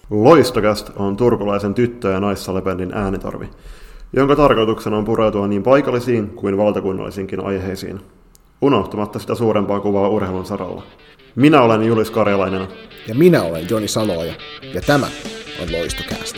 Loistokäst on turkulaisen tyttö- ja naissalibändin äänitorvi, jonka tarkoituksena on pureutua niin paikallisiin kuin valtakunnallisiinkin aiheisiin, unohtamatta sitä suurempaa kuvaa urheilun saralla. Minä olen Julis Karjalainen. Ja minä olen Joni Saloja, ja tämä on Loistokäst.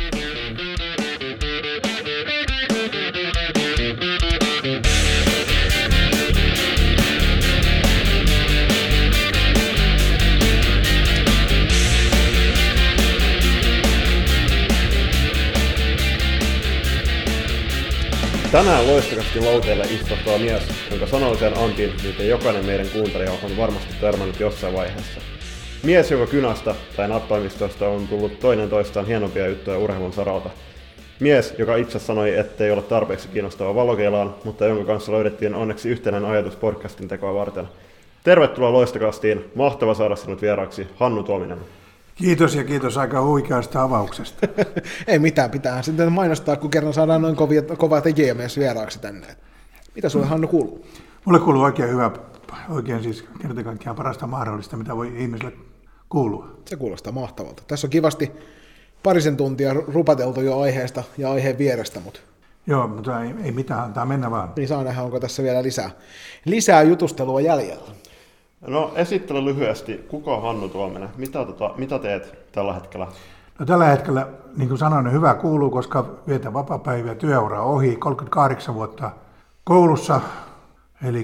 Tänään Loistokästin lauteelle istuttaa mies, jonka sanoiseen antiin nyt jokainen meidän kuuntelija on varmasti törmännyt jossain vaiheessa. Mies, joka kynästä tai nappaimistosta on tullut toinen toistaan hienompia juttuja urheilun saralta. Mies, joka itse sanoi, ettei ole tarpeeksi kiinnostava valokeilaan, mutta jonka kanssa löydettiin onneksi yhtenäinen ajatus podcastin tekoa varten. Tervetuloa Loistokästiin, mahtava saada sinut vieraaksi, Hannu Tuominen. Kiitos ja kiitos aika huikeasta avauksesta. Ei mitään, pitää sitten mainostaa, kun kerran saadaan noin kovat JMS vieraaksi tänne. Mitä sulle, Hannu, kuuluu? Mulle kuuluu oikein hyvä, oikein siis kerta kaikkiaan parasta mahdollista, mitä voi ihmiselle kuulua. Se kuulostaa mahtavalta. Tässä on kivasti parisen tuntia rupateltu jo aiheesta ja aiheen vierestä, mutta... Joo, mutta ei mitään, antaa mennä vaan. Niin saa nähdä, onko tässä vielä lisää jutustelua jäljellä. No esittele lyhyesti, kuka on Hannu Tuominen? Mitä teet tällä hetkellä? No tällä hetkellä, niin kuin sanoin, hyvä kuuluu, koska vietän vapaapäiviä, työura ohi, 38 vuotta koulussa, eli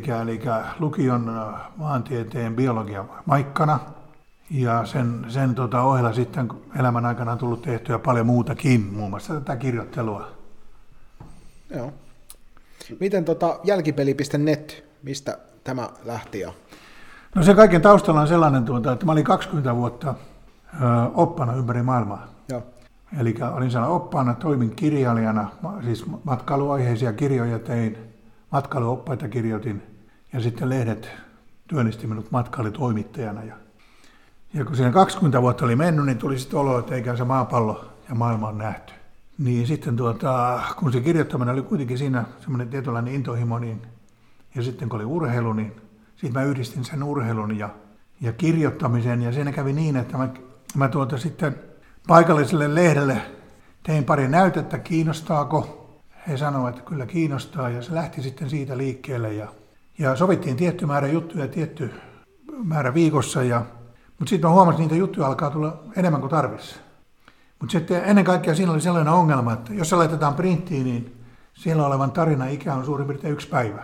lukion maantieteen biologia maikkana. Ja sen ohella sitten elämän aikana on tullut tehtyä paljon muutakin, muun muassa tätä kirjoittelua. Joo. Miten jälkipeli.net, mistä tämä lähti? No se kaiken taustalla on sellainen, että mä olin 20 vuotta oppana ympäri maailmaa. Joo. Eli olin siellä oppaana, toimin kirjailijana, siis matkailuaiheisia kirjoja tein, matkailuoppaita kirjoitin ja sitten lehdet työllisti minut matkailitoimittajana. Ja kun siinä 20 vuotta oli mennyt, niin tuli sitten olo, että eikä se maapallo ja maailma on nähty. Niin sitten kun se kirjoittaminen oli kuitenkin siinä semmoinen tietynlainen intohimo, niin, ja sitten kun oli urheilu, niin sitten mä yhdistin sen urheilun ja kirjoittamisen, ja siinä kävi niin, että mä sitten paikalliselle lehdelle tein pari näytettä, kiinnostaako. He sanoivat, että kyllä kiinnostaa, ja se lähti sitten siitä liikkeelle, ja sovittiin tietty määrä juttuja, tietty määrä viikossa, mutta sitten mä huomasin, että niitä juttuja alkaa tulla enemmän kuin tarvitsisi. Mutta sitten ennen kaikkea siinä oli sellainen ongelma, että jos se laitetaan printtiin, niin siellä olevan tarina ikä on suurin piirtein 1 päivä,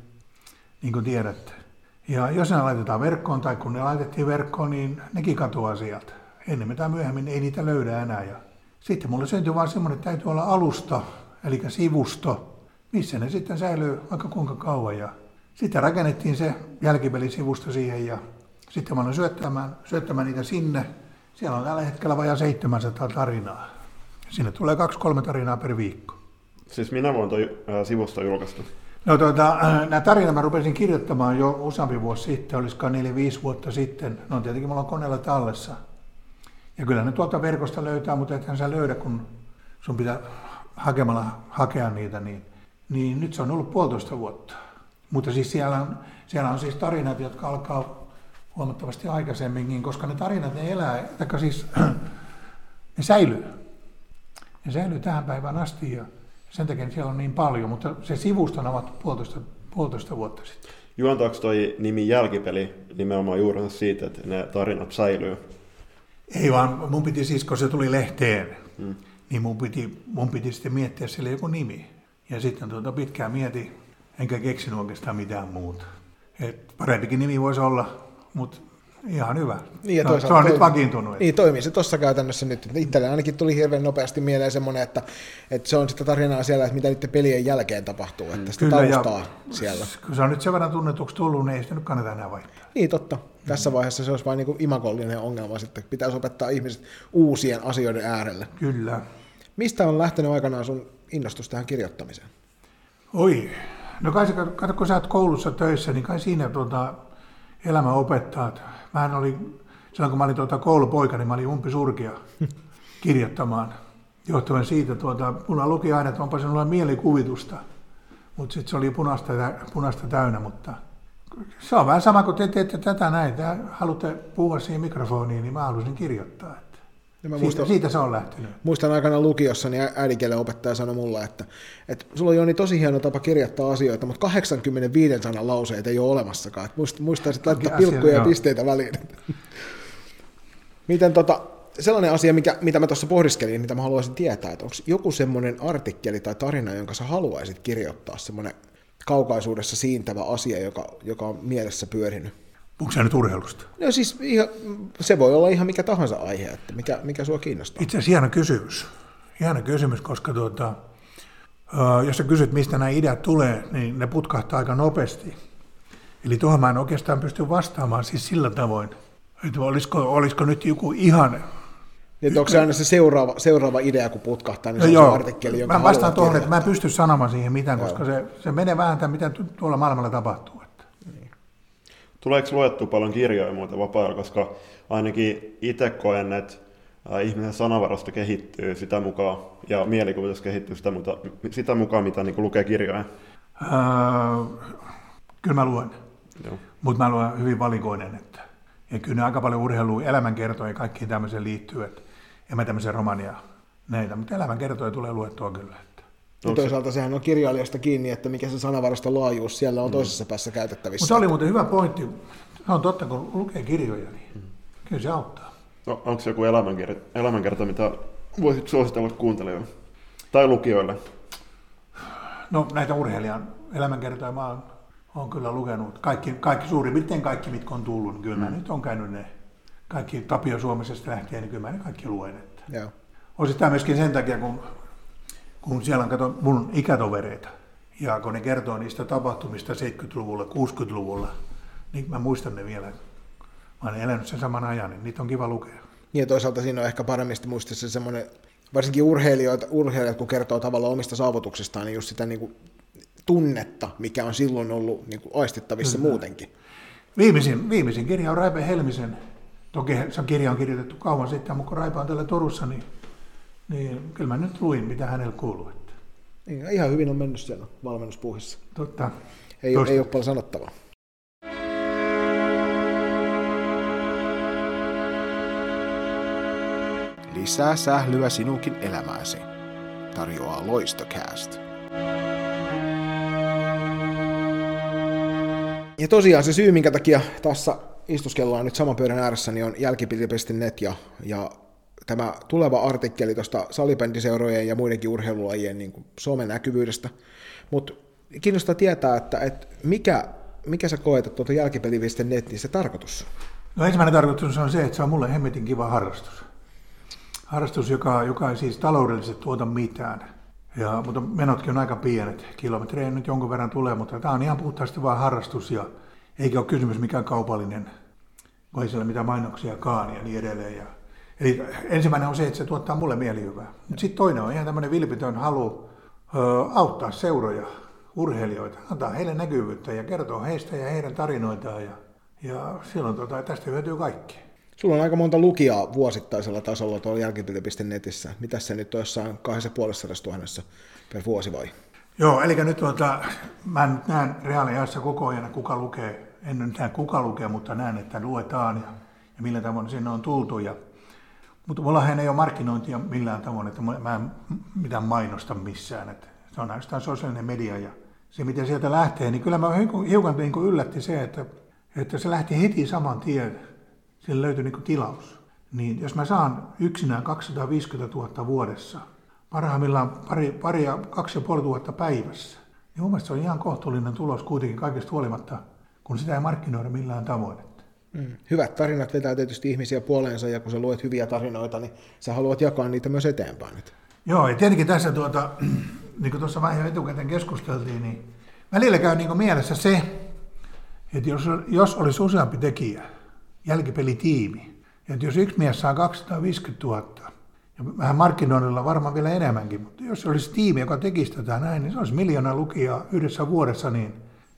niin kuin tiedätte. Ja jos ne laitetaan verkkoon tai kun ne laitettiin verkkoon, niin nekin katoaa sieltä. Ennen tai myöhemmin ei niitä löydä enää. Ja sitten mulle syntyi vaan semmoinen, että täytyy olla alusta, eli sivusto, missä ne sitten säilyy vaikka kuinka kauan. Ja sitten rakennettiin se jälkipelisivusto siihen ja sitten mä olen syöttämään niitä sinne. Siellä on tällä hetkellä vajaa 700 tarinaa. Sinne tulee 2-3 tarinaa per viikko. Siis minä voin tuo sivusto julkaista. No nämä tarinat mä rupesin kirjoittamaan jo useampi vuosi sitten, olisiko 4-5 vuotta sitten. No tietenkin mulla on koneella tallessa. Ja kyllä ne tuolta verkosta löytää, mutta ethän sä löydä, kun sun pitää hakemalla hakea niitä. Niin nyt se on ollut 1,5 vuotta. Mutta siis siellä on siis tarinat, jotka alkaa huomattavasti aikaisemminkin, koska ne tarinat ne elää, taikka siis ne säilyy. Ne säilyy tähän päivään asti ja sen takia siellä on niin paljon, mutta se sivusto on avattu 1,5 vuotta sitten. Juontaako toi nimi Jälkipeli nimenomaan juuri siitä, että ne tarinat säilyy? Ei vaan, mun piti siis, kun se tuli lehteen, niin mun piti sitten miettiä sille joku nimi. Ja sitten pitkään mietin, enkä keksinyt oikeastaan mitään muuta. Et parempikin nimi voisi olla, mutta ihan hyvä. Niin se on nyt vakiintunut. Niin toimii se tuossa käytännössä nyt. Itselle ainakin tuli hirveän nopeasti mieleen semmoinen, että se on sitä tarinaa siellä, että mitä niiden pelien jälkeen tapahtuu, että sitä taustaa siellä. Kun se on nyt sen verran tunnetuksi tullut, niin ei sitä nyt kannata enää vaihtaa. Niin totta. Tässä vaiheessa se olisi vain niin imagollinen ongelma sitten. Pitäisi opettaa ihmiset uusien asioiden äärelle. Kyllä. Mistä on lähtenyt aikanaan sun innostus tähän kirjoittamiseen? Oi. No kai kato, kun sä oot koulussa töissä, niin kai siinä elämä opettaa. Silloin kun mä olin koulupoika, niin mä olin umpisurkia kirjoittamaan. Johtuen siitä, mulla luki aina, että onpa sinulla mielikuvitusta, mutta sitten se oli punaista täynnä, mutta se on vähän sama kuin te teette tätä näin, te haluatte puhua siihen mikrofoniin, niin mä haluaisin kirjoittaa. Siitä se on lähtenyt. Muistan aikana lukiossa, niin äidinkielen opettaja sanoi mulle, että sulla on Joni tosi hieno tapa kirjoittaa asioita, mutta 85 sanan lauseita ei ole olemassakaan. Että muistaisit laittaa pilkkuja ja pisteitä väliin. Miten sellainen asia, mitä mä tuossa pohdiskelin, mitä mä haluaisin tietää, että onko joku semmoinen artikkeli tai tarina, jonka sä haluaisit kirjoittaa, semmoinen kaukaisuudessa siintävä asia, joka on mielessä pyörinyt? Onko se nyt urheilusta? No siis se voi olla ihan mikä tahansa aihe, että mikä sua kiinnostaa. Itse asiassa hieno kysymys, koska jos sä kysyt, mistä nämä ideat tulee, niin ne putkahtaa aika nopeasti. Eli tuohon mä en oikeastaan pysty vastaamaan siis sillä tavoin, että olisiko nyt joku ihan... Niin, onko se aina se seuraava idea, kun putkahtaa, niin se on se artikkeli, jonka mä vastaan tuohon, että mä en pysty sanomaan siihen mitään, koska se menee vähän tämän, mitä tuolla maailmalla tapahtuu. Niin. Tuleeko luettua paljon kirjoja muuten vapaa-ajalla, koska ainakin itse koen, että ihmisen sanavarasto kehittyy sitä mukaan, ja mielikuvitus kehittyy sitä mukaan, mitä niin lukee kirjoja? Kyllä mä luen, mutta mä luen hyvin valikoinen, ja kyllä aika paljon urheilua, elämänkertoja ja kaikkiin tämmöiseen liittyy, että en mä tämmöisen romania näitä, mutta elämänkertoja tulee luettua kyllä. Ja toisaalta sehän on kirjailijasta kiinni, että mikä se sanavaraston laajuus siellä on toisessa päässä käytettävissä. Mutta se oli muuten hyvä pointti. Se on totta, kun lukee kirjoja, niin kyllä se auttaa. No, onko se joku elämänkerta, mitä voisit suositella kuuntelijoille tai lukijoille? No näitä urheilijan elämänkertoja mä oon kyllä lukenut. Kaikki suurin piirtein kaikki, mitkä on tullut, niin kyllä mä nyt on käynyt ne. Kaikki Tapio Suomisesta lähtien, niin kyllä mä ne kaikki luen. Osittain myöskin sen takia, kun siellä on mun ikätovereita, ja kun ne kertoo niistä tapahtumista 70-luvulla, 60-luvulla, niin mä muistan ne vielä. Mä olen elänyt sen saman ajan, niin niitä on kiva lukea. Niin ja toisaalta siinä on ehkä paremmin muistissa semmoinen, varsinkin urheilijat, kun kertoo tavallaan omista saavutuksistaan, niin just sitä niin kuin tunnetta, mikä on silloin ollut niin kuin aistittavissa muutenkin. Viimeisin kirja on Raipe Helmisen. Toki se kirja on kirjoitettu kauan sitten, mutta kun Raipe on täällä Turussa, niin kyllä mä nyt luin, mitä hänellä kuuluu. Niin, ihan hyvin on mennyt siellä valmennuspuuhissa. Totta. Ei ole paljon sanottavaa. Lisää sählyä sinunkin elämääsi. Tarjoaa Loistocast. Ja tosiaan se syy, minkä takia tässä istuskellaan nyt saman pöydän ääressä, niin on jälkipeli.net ja tämä tuleva artikkeli tuosta salibändiseurojen ja muidenkin urheilulajien niin somenäkyvyydestä. Mutta kiinnostaa tietää, että mikä sä koet, että tuota jälkipeli.net, niin se tarkoitus? No ensimmäinen tarkoitus on se, että se on mulle hemmetin kiva harrastus. Harrastus, joka ei siis taloudellisesti tuota mitään. Mutta menotkin on aika pienet. Kilometrejä nyt jonkun verran tulee, mutta tämä on ihan puhtaasti vain harrastus. Eikä ole kysymys mikään kaupallinen, vai siellä mitään mainoksiakaan ja niin edelleen. Eli ensimmäinen on se, että se tuottaa mulle mielihyvää. Mutta sitten toinen on ihan tämmöinen vilpitön halu auttaa seuroja, urheilijoita, antaa heille näkyvyyttä ja kertoa heistä ja heidän tarinoitaan. Ja silloin tästä hyötyy kaikki. Sulla on aika monta lukijaa vuosittaisella tasolla tuolla jälkipeli.netissä. Mitäs se nyt on jossain 250 000 per vuosi vai? Joo, eli nyt mä nyt näen reaaliajassa koko ajan, kuka lukee. En nyt näe kuka lukee, mutta näen, että luetaan ja millä tavoin sinne on tultu. Mutta mullahan ei ole markkinointia millään tavoin, että mä en mitään mainosta missään. Että se on ainoastaan sosiaalinen media ja se, miten sieltä lähtee, niin kyllä mä hiukan yllätti se, että se lähti heti saman tien. Siellä löytyi niin kuin tilaus. Niin jos mä saan yksinään 250 000 vuodessa, parhaimmillaan pari ja 2500 päivässä, niin mun mielestä se on ihan kohtuullinen tulos kuitenkin kaikesta huolimatta, kun sitä ei markkinoida millään tavoin. Hyvät tarinat vetää tietysti ihmisiä puoleensa, ja kun sä luet hyviä tarinoita, niin sä haluat jakaa niitä myös eteenpäin. Joo, ja tietenkin tässä, niin kuin tuossa vähän jo etukäteen keskusteltiin, niin välillä käy niin kuin mielessä se, että jos olisi useampi tekijä, jälkipelitiimi, että jos yksi mies saa 250 000, ja vähän markkinoinnilla varmaan vielä enemmänkin, mutta jos olisi tiimi, joka tekisi tätä näin, niin se olisi 1 000 000 lukijaa yhdessä vuodessa, niin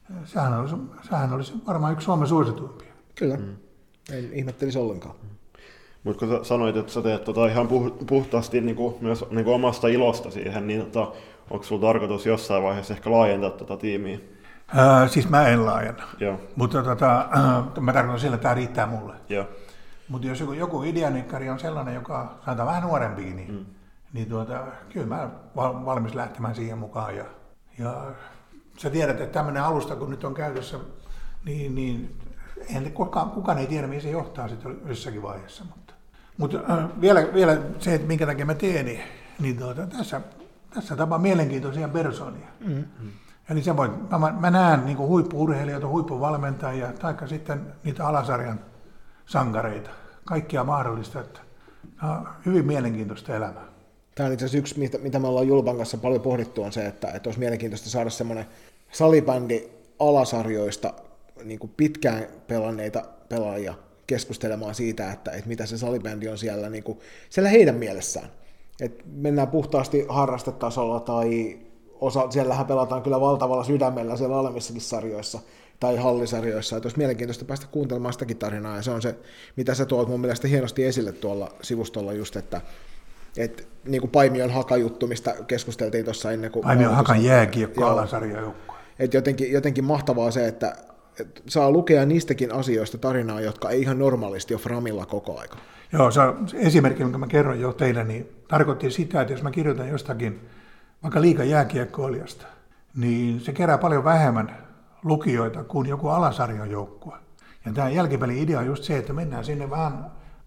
sehän olisi varmaan yksi Suomen suosituimpia. Kyllä, en ihmettelisi ollenkaan. Mutta kun sanoit, että sä teet ihan puhtaasti myös omasta ilosta siihen, niin onko sulla tarkoitus jossain vaiheessa ehkä laajentaa tätä tiimiä? Siis mä en laajenna, Joo. mutta mä tarkoitan sillä, että tämä riittää mulle. Joo. Mutta jos joku ideanikkari on sellainen, joka sanotaan vähän nuorempikin, niin kyllä mä valmis lähtemään siihen mukaan. Ja sä tiedät, että tämmöinen alusta, kun nyt on käytössä, niin kukaan ei tiedä, mihin se johtaa sitten jossakin vaiheessa. Mutta vielä se, että minkä takia mä teen, niin tässä tapaa mielenkiintoisia persoonia. Eli mä näen niin huippu-urheilijoita, huippuvalmentajia, taikka sitten niitä alasarjan sankareita. Kaikkia mahdollista, että hyvin mielenkiintoista elämää. Tämä on itse asiassa yksi, mitä me ollaan Julpan kanssa paljon pohdittu, on se, että olisi mielenkiintoista saada semmoinen salibändi alasarjoista niin kuin pitkään pelanneita pelaajia keskustelemaan siitä, että mitä se salibändi on siellä, niin kuin, siellä heidän mielessään. Et mennään puhtaasti harrastetasolla tai siellähän pelataan kyllä valtavalla sydämellä siellä alemmissakin sarjoissa tai hallisarjoissa, että olisi mielenkiintoista päästä kuuntelemaan sitäkin tarinaa, ja se on se, mitä sä tuot mun mielestä hienosti esille tuolla sivustolla just, että niin kuin Paimion Haka-juttu, mistä keskusteltiin tuossa ennen kuin... Paimion Hakan jääkiekko alasarjajoukko. Että jotenkin mahtavaa se, että saa lukea niistäkin asioista tarinaa, jotka ei ihan normaalisti ole framilla koko aika. Joo, se esimerkki, jonka mä kerron jo teille, niin tarkoitti sitä, että jos mä kirjoitan jostakin vaikka liigan jääkiekkoilijasta, niin se kerää paljon vähemmän lukijoita kuin joku alasarjan joukkue. Ja tämä jälkipelin idea on just se, että mennään sinne vähän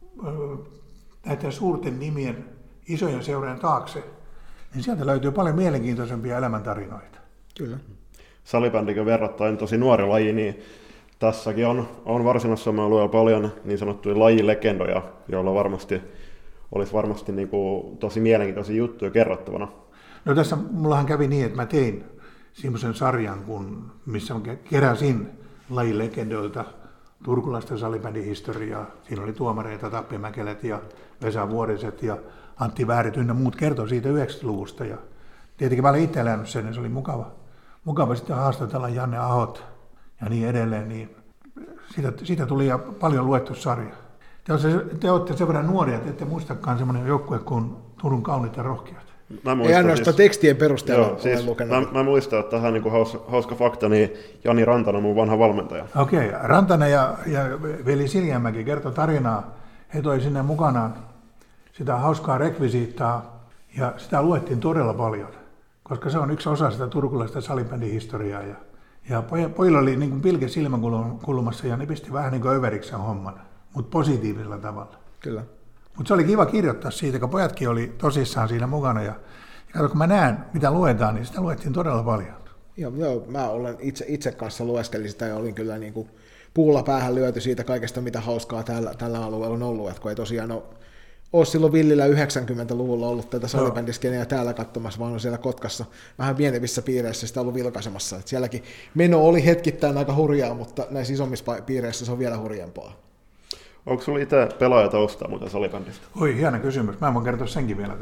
näiden suurten nimien isojen seurojen taakse, niin sieltä löytyy paljon mielenkiintoisempia elämäntarinoita. Kyllä. Salibändikin verrattain tosi nuori laji, niin tässäkin on Varsinais-Suomen alueella paljon niin sanottuja lajilegendoja, joilla olisi varmasti niin kuin tosi mielenkiintoisia juttuja kerrottavana. No tässä mullahan kävi niin, että mä tein semmoisen sarjan, missä keräsin lajilegendoilta turkulaista salibändin historiaa. Siinä oli tuomareita, Tappi Mäkelät ja Vesa Vuoriset ja Antti Väärit ynnä muut kertoi siitä 90-luvusta. Ja tietenkin mä olin itse elänyt sen, ja se oli mukava sitten haastatella Janne Ahot ja niin edelleen. Niin siitä tuli ja paljon luettu sarja. Te olette sen verran nuoria, että ette muistakaan semmoinen joukkue kuin Turun Kauniit ja Rohkeat. Ei ainoastaan tekstien perusteella olen lukenut. Mä muistan, että tähän niin hauska fakta, niin Jani Rantanen on mun vanha valmentaja. Okei, Rantanen ja veli Siljanmäki kertoi tarinaa. He toi sinne mukanaan sitä hauskaa rekvisiittaa ja sitä luettiin todella paljon, koska se on yksi osa sitä turkulaista salibändin historiaa. Ja pojilla oli niin kuin pilke silmänkulmassa ja ne pisti vähän niin kuin överiksi sen homman, mutta positiivisella tavalla. Kyllä. Mutta se oli kiva kirjoittaa siitä, kun pojatkin oli tosissaan siinä mukana. Ja kato, kun mä näen, mitä luetaan, niin sitä luettiin todella paljon. Joo, mä olen itse kanssa lueskelin sitä ja olin kyllä niin kuin puulla päähän lyöty siitä kaikesta, mitä hauskaa tällä alueella on ollut. Että kun ei tosiaan ole silloin villillä 90-luvulla ollut tätä salibändiskeneä täällä katsomassa, vaan on siellä Kotkassa vähän pienemmissä piireissä sitä ollut vilkaisemassa. Et sielläkin meno oli hetkittäin aika hurjaa, mutta näissä isommissa piireissä se on vielä hurjempaa. Onko sinulla itse pelaajataustaa muuten salibändistä? Oi, hieno kysymys. Mä voin kertoa senkin vielä.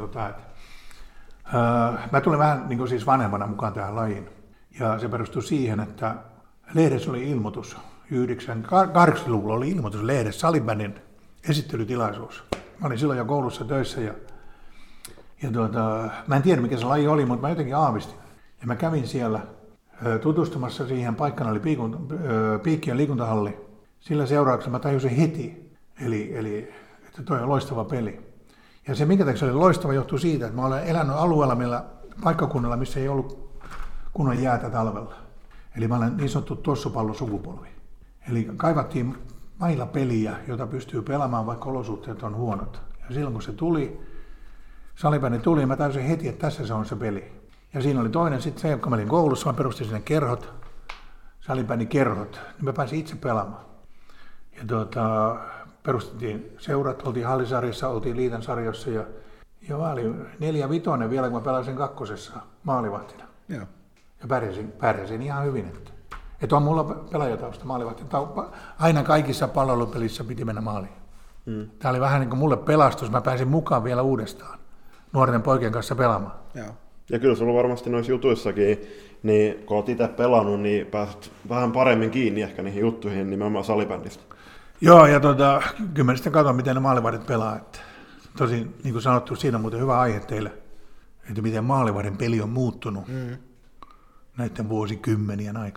Mä tulin vähän niin kuin siis vanhempana mukaan tähän lajiin. Ja se perustui siihen, että lehdessä oli ilmoitus. 80-luvulla oli ilmoitus lehdessä salibändin esittelytilaisuus. Mä olin silloin jo koulussa töissä ja mä en tiedä mikä se laji oli, mutta mä jotenkin aavistin. Ja mä kävin siellä tutustumassa siihen, paikkana oli Piikkien liikuntahalli. Sillä seurauksena mä tajusin heti, eli että toi on loistava peli. Ja se minkä takia se oli loistava johtui siitä, että mä olen elänyt alueella, paikkakunnalla, missä ei ollut kunnon jäätä talvella. Eli mä olen niin sanottu tossupallosukupolvi. Eli kaivattiin mailla peliä, jota pystyy pelaamaan, vaikka olosuhteet on huonot. Ja silloin kun se tuli, salibändi tuli, mä tajusin heti, että tässä se on se peli. Ja siinä oli toinen sitten se, kun mä olin koulussa, mä perustin sinne kerhot, salibändin kerhot, niin mä pääsin itse pelaamaan. Ja perustettiin seurat, oltiin hallisarjassa, oltiin liiton sarjassa ja mä olin 4-5 vielä, kun mä pelasin kakkosessa maalivahtina. Joo. Ja pärjäsin ihan hyvin. Että on mulla pelaajatausta maalivahti. Aina kaikissa palvelupelissä piti mennä maaliin. Tämä oli vähän niin kuin mulle pelastus. Mä pääsin mukaan vielä uudestaan nuorten poikien kanssa pelaamaan. Joo. Ja kyllä sulla varmasti noissa jutuissakin, niin kun olet itse pelannut, niin pääset vähän paremmin kiinni ehkä niihin juttuihin nimenomaan salibändistä. Joo, ja kyllä mä sitten katson, miten ne maalivahdit pelaa. Että tosin, niin kuin sanottu, siinä on muuten hyvä aihe teille, että miten maalivahdin peli on muuttunut näiden vuosikymmenien aikana.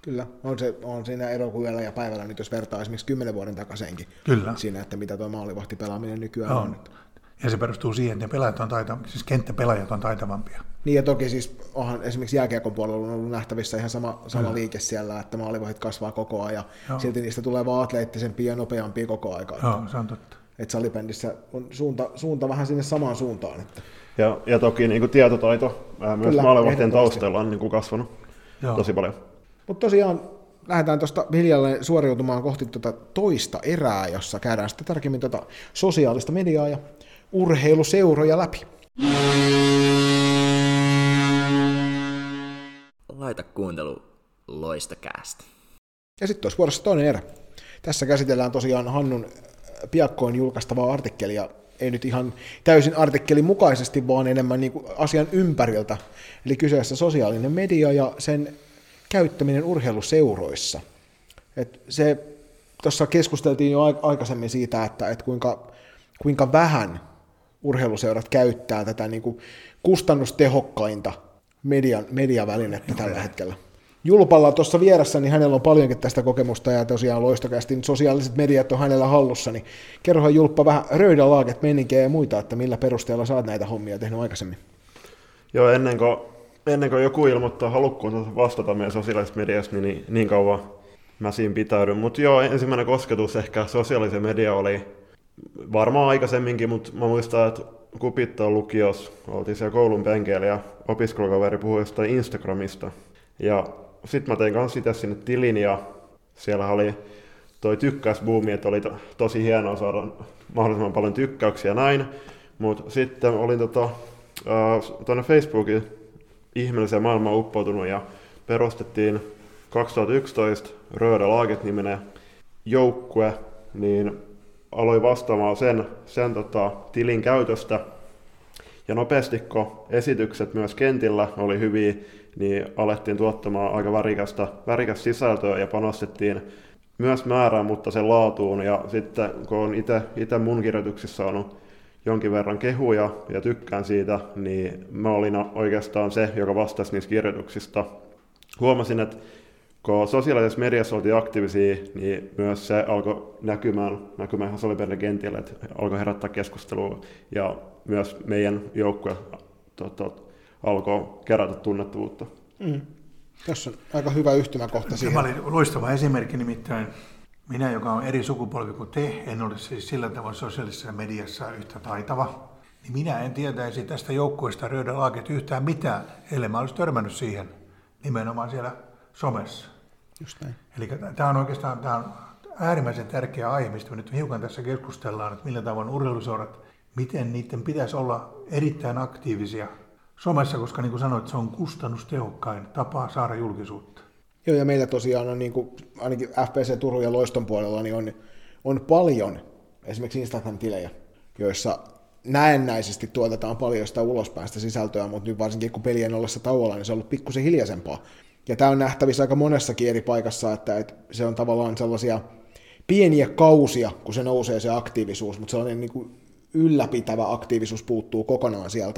Kyllä, on siinä ero kuin yöllä ja päivällä nyt, jos vertaa esimerkiksi 10 vuoden takaisenkin. Kyllä. Siinä, että mitä tuo maalivahtipelaaminen nykyään on. Ja se perustuu siihen, että ne pelaajat on siis kenttäpelaajat on taitavampia. Niin ja toki siis onhan esimerkiksi jääkiekon puolella on ollut nähtävissä ihan sama liike siellä, että maalivahdit kasvaa koko ajan ja silti niistä tulee vaan atleettisempia ja nopeampia koko ajan. Joo, se on totta. Että salibändissä on suunta vähän sinne samaan suuntaan. Että. Ja toki niin kuin tietotaito myös maalivahtien taustalla on niin kuin kasvanut tosi paljon. Mutta tosiaan lähdetään tuosta hiljalleen suoriutumaan kohti toista erää, jossa käydään sitten tarkemmin sosiaalista mediaa ja urheiluseuroja läpi. Laita kuuntelu Loistocast. Ja sitten olisi vuorossa toinen erä. Tässä käsitellään tosiaan Hannun piakkoin julkaistavaa artikkelia, ei nyt ihan täysin artikkelin mukaisesti, vaan enemmän niin kuin asian ympäriltä. Eli kyseessä sosiaalinen media ja sen käyttäminen urheiluseuroissa. Tuossa keskusteltiin jo aikaisemmin siitä, että kuinka vähän urheiluseurat käyttää tätä niin kuin kustannustehokkainta mediavälinettä tällä hetkellä. Julpalla tuossa vieressä, niin hänellä on paljonkin tästä kokemusta, ja tosiaan Loistokästin sosiaaliset mediat on hänellä hallussa, niin kerrohan Julppa vähän Röydälaaget, meininkiä ja muita, että millä perusteella sä oot näitä hommia tehnyt aikaisemmin? Joo, ennen kuin joku ilmoittaa halukkuunsa vastata meidän sosiaalisessa mediassa, niin kauan mä siinä pitäydyn. Mutta joo, ensimmäinen kosketus ehkä sosiaalisen media oli varmaan aikaisemminkin, mutta mä muistan, että Kupittaan lukiossa oltiin siellä koulun penkeillä ja opiskelukaveri puhui jostain Instagramista. Ja sitten mä tein kanssa itse sinne tilin ja siellä oli toi tykkäysbuumi, että oli tosi hienoa saada mahdollisimman paljon tykkäyksiä ja näin. Mutta sitten olin tuonne Facebookin ihmeelliseen maailmaan uppoutunut ja perustettiin 2011 Röda Laget-niminen joukkue, niin aloin vastaamaan sen tilin käytöstä. Ja nopeasti, kun esitykset myös kentillä oli hyviä, niin alettiin tuottamaan aika värikästä sisältöä ja panostettiin myös määrään, mutta sen laatuun. Ja sitten kun olen itse mun kirjoituksissa saanut jonkin verran kehuja ja tykkään siitä, niin mä olin oikeastaan se, joka vastasi niistä kirjoituksista. Huomasin, että kun sosiaalisessa mediassa oltiin aktiivisia, niin myös se alkoi näkymään ihan salibändin kentillä, että alkoi herättää keskustelua ja myös meidän joukkue alkoi kerätä tunnettavuutta. Tässä on aika hyvä yhtymäkohta siihen. Tämä oli loistava esimerkki, nimittäin minä, joka on eri sukupolvi kuin te, en ole siis sillä tavoin sosiaalisessa mediassa yhtä taitava, niin minä en tietäisi tästä joukkueesta Röda Laget yhtään mitään, ellei mä olisi törmännyt siihen nimenomaan siellä somessa. Just näin. Eli tämä on oikeastaan äärimmäisen tärkeä aihe, mistä me nyt hiukan tässä keskustellaan, että millä tavoin urheiluseurat, miten niiden pitäisi olla erittäin aktiivisia somessa, koska niin kuin sanoit, se on kustannustehokkain tapa saada julkisuutta. Joo, ja meillä tosiaan on, niin kuin, ainakin FPC Turun ja Loiston puolella, niin on paljon esimerkiksi Instagram-tilejä, joissa näennäisesti tuotetaan paljon sitä ulospäistä sisältöä, mutta nyt varsinkin kun pelien ollessa tauolla, niin se on ollut pikkusen hiljaisempaa. Ja tämä on nähtävissä aika monessakin eri paikassa, että se on tavallaan sellaisia pieniä kausia, kun se nousee se aktiivisuus, mutta sellainen niin kuin ylläpitävä aktiivisuus puuttuu kokonaan sieltä.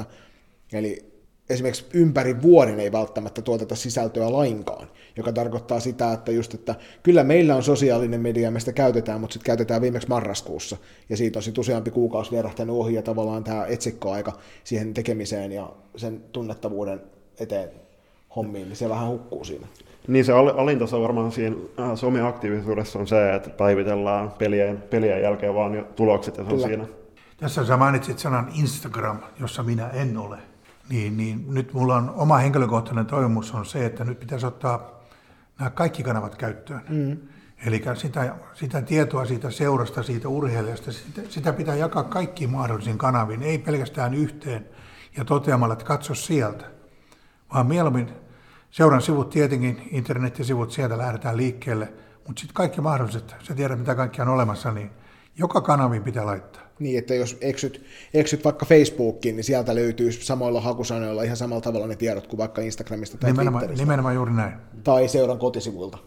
Eli esimerkiksi ympäri vuoden ei välttämättä tuoteta sisältöä lainkaan, joka tarkoittaa sitä, että kyllä meillä on sosiaalinen media, me sitä käytetään, mutta sitten käytetään viimeksi marraskuussa, ja siitä on sitten useampi kuukausi vierähtänyt ohi, ja tavallaan tämä etsikkoaika siihen tekemiseen ja sen tunnettavuuden eteen hommiin, niin se vähän hukkuu siinä. Niin se alintaso varmaan siinä some-aktiivisuudessa on se, että päivitellään pelien jälkeen vaan jo tulokset ja se on siinä. Tässä sä mainitsit sanan Instagram, jossa minä en ole. Niin nyt mulla on oma henkilökohtainen toivomus on se, että nyt pitäisi ottaa nämä kaikki kanavat käyttöön. Eli sitä tietoa siitä seurasta, siitä urheilijasta, sitä pitää jakaa kaikkiin mahdollisiin kanaviin, ei pelkästään yhteen ja toteamalla, että katso sieltä, vaan mieluummin seuran sivut tietenkin, internettisivut, sieltä lähdetään liikkeelle, mutta sitten kaikki mahdolliset, sä tiedät mitä kaikki on olemassa, niin joka kanaviin pitää laittaa. Niin, että jos eksyt vaikka Facebookiin, niin sieltä löytyy samoilla hakusanoilla ihan samalla tavalla ne tiedot kuin vaikka Instagramista tai Twitteristä. Nimenomaan juuri näin. Tai seuran kotisivuilta.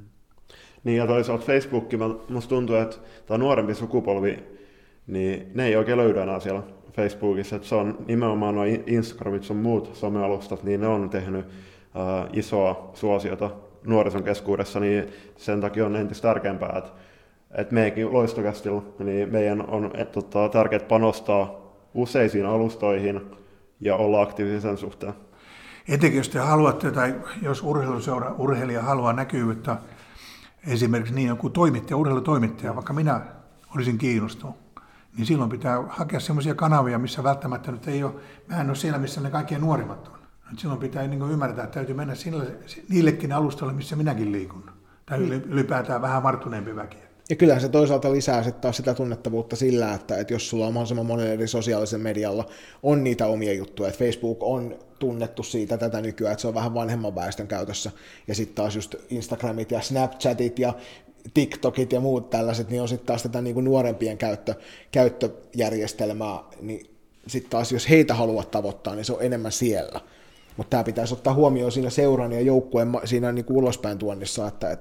Niin ja toisaalta Facebookki, musta tuntuu, että tämä nuorempi sukupolvi, niin ne ei oikein löydä enää siellä Facebookissa. Että se on nimenomaan nuo Instagramit sun muut somealustat, niin ne on tehnyt isoa suosiota nuorison keskuudessa, niin sen takia on entistä tärkeämpää, että meidänkin Loistokästillä, niin meidän on tärkeää panostaa useisiin alustoihin ja olla aktiivisia sen suhteen. Etenkin jos te haluatte, tai jos urheilija haluaa näkyvyyttä, esimerkiksi niin joku toimittaja, urheilutoimittaja, vaikka minä olisin kiinnostunut, niin silloin pitää hakea sellaisia kanavia, missä välttämättä nyt ei ole, mä en ole siellä, missä ne kaikkein nuorimmat on. Silloin pitää niin kuin ymmärtää, että täytyy mennä niillekin alustoille, missä minäkin liikun. Tai ylipäätään vähän varttuneempi väki. Ja kyllähän se toisaalta lisää sitten taas sitä tunnettavuutta sillä, että jos sulla on mahdollisimman monella eri sosiaalisen medialla on niitä omia juttuja, että Facebook on tunnettu siitä tätä nykyään, että se on vähän vanhemman väestön käytössä, ja sitten taas just Instagramit ja Snapchatit ja TikTokit ja muut tällaiset, niin on sitten taas tätä niin kuin nuorempien käyttöjärjestelmää, niin sitten taas jos heitä haluat tavoittaa, niin se on enemmän siellä. Mutta tämä pitäisi ottaa huomioon siinä seuran ja joukkueen siinä niin kuin ulospäin tuonnissa, että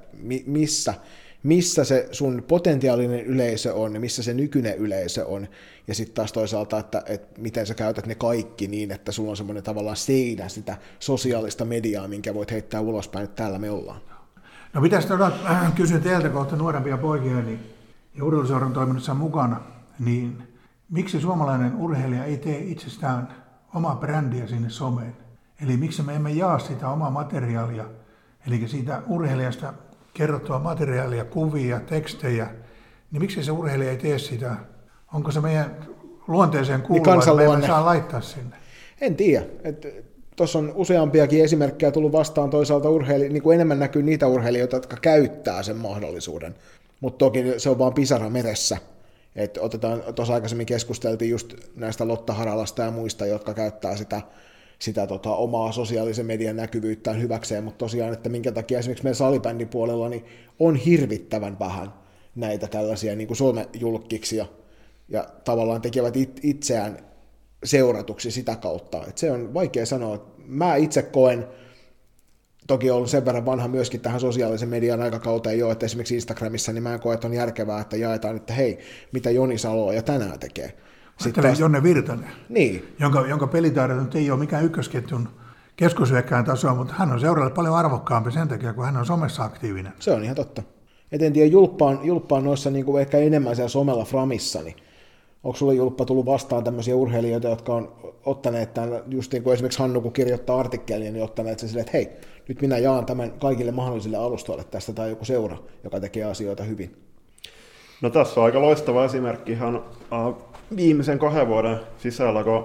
missä se sun potentiaalinen yleisö on ja missä se nykyinen yleisö on, ja sitten taas toisaalta, että miten sä käytät ne kaikki niin, että sulla on semmoinen tavallaan seinä sitä sosiaalista mediaa, minkä voit heittää ulospäin, että täällä me ollaan. No pitäisi kysyä teiltä kohta nuorempia poikia ja urheiluseuran toiminnassa mukana, niin miksi suomalainen urheilija ei tee itsestään omaa brändiä sinne someen? Eli miksi me emme jaa sitä omaa materiaalia, eli siitä urheilijasta kerrottua materiaalia, kuvia, tekstejä, niin miksi se urheilija ei tee sitä? Onko se meidän luonteeseen kuuluva, että me emme saa laittaa sinne? En tiedä. Tuossa on useampiakin esimerkkejä tullut vastaan toisaalta niin kuin enemmän näkyy niitä urheilijoita, jotka käyttää sen mahdollisuuden. Mutta toki se on vaan pisara meressä. Tuossa aikaisemmin keskusteltiin just näistä Lotta Haralasta ja muista, jotka käyttää sitä omaa sosiaalisen median näkyvyyttään hyväkseen, mutta tosiaan, että minkä takia esimerkiksi meidän salibändin puolella niin on hirvittävän vähän näitä tällaisia niin kuin somejulkkiksia ja tavallaan tekevät itseään seuratuksi sitä kautta. Et se on vaikea sanoa. Mä itse koen, toki olen sen verran vanha myöskin tähän sosiaalisen median aikakauteen jo, että esimerkiksi Instagramissa niin mä en koe, että on järkevää, että jaetaan, että hei, mitä Joni Salo ja tänään tekee. Sitten taas Jonne Virtanen, niin. jonka pelitaidot nyt ei ole mikään ykkösketjun keskushyökkään tasoa, mutta hän on seuraavalle paljon arvokkaampi sen takia, kun hän on somessa aktiivinen. Se on ihan totta. Et en tiedä, julppaan noissa niin kuin ehkä enemmän siellä somella framissa, niin onko sulle Julppa tullut vastaan tämmöisiä urheilijoita, jotka on ottaneet tämän, just niin kuin esimerkiksi Hannu, kun kirjoittaa artikkelia, niin ottaneet sen silleen, että hei, nyt minä jaan tämän kaikille mahdollisille alustoille tästä, tai joku seura, joka tekee asioita hyvin. No tässä on aika loistava esimerkki ihan viimeisen 2 vuoden sisällä, kun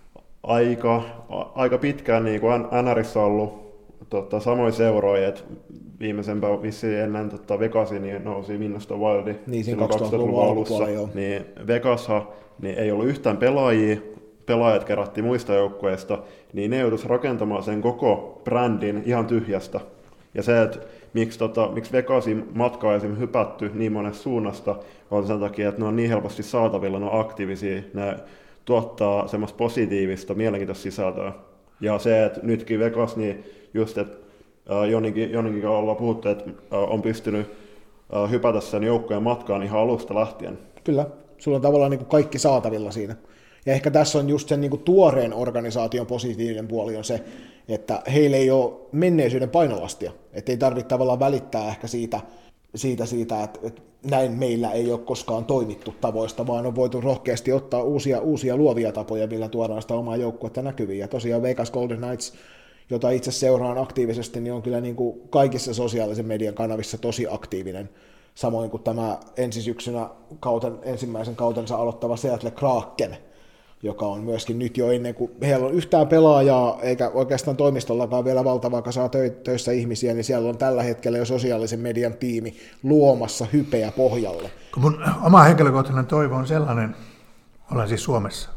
aika pitkään niin kuin NRissä on ollut samoin seuroja, että viimeisempää vissiin ennen Vegasia niin nousi Minnesota Wildi niin, silloin 2000-luvun alussa, niin Vegashan niin ei ollut yhtään pelaajia, pelaajat kerättiin muista joukkueista, niin ne joutuisi rakentamaan sen koko brändin ihan tyhjästä. Ja se, että miksi Vegasin matkaa esimerkiksi hypätty niin monesta suunnasta, on sen takia, että ne on niin helposti saatavilla, ne on aktiivisia, ne tuottaa semmoista positiivista, mielenkiintoista sisältöä. Ja se, että nytkin Vegas, niin just, että Joninkin ollaan puhuttu, että on pystynyt hypätä sen joukkojen matkaan ihan alusta lähtien. Kyllä, sulla on tavallaan niin kuin kaikki saatavilla siinä. Ja ehkä tässä on just sen niin kuin tuoreen organisaation positiivinen puoli on se, että heillä ei ole menneisyyden painolastia. Että ei tarvitse tavallaan välittää ehkä siitä että näin meillä ei ole koskaan toimittu tavoista, vaan on voitu rohkeasti ottaa uusia luovia tapoja, millä tuodaan sitä omaa joukkuetta näkyviin. Ja tosiaan Vegas Golden Knights, jota itse seuraan aktiivisesti, niin on kyllä niin kuin kaikissa sosiaalisen median kanavissa tosi aktiivinen. Samoin kuin tämä ensi syksynä ensimmäisen kautensa aloittava Seattle Kraken, joka on myöskin nyt jo ennen kuin heillä on yhtään pelaajaa, eikä oikeastaan toimistollakaan vielä valtavaa kasaa töissä ihmisiä, niin siellä on tällä hetkellä jo sosiaalisen median tiimi luomassa hypeä pohjalle. Kun mun oma henkilökohtainen toivo on sellainen, olen siis Suomessa,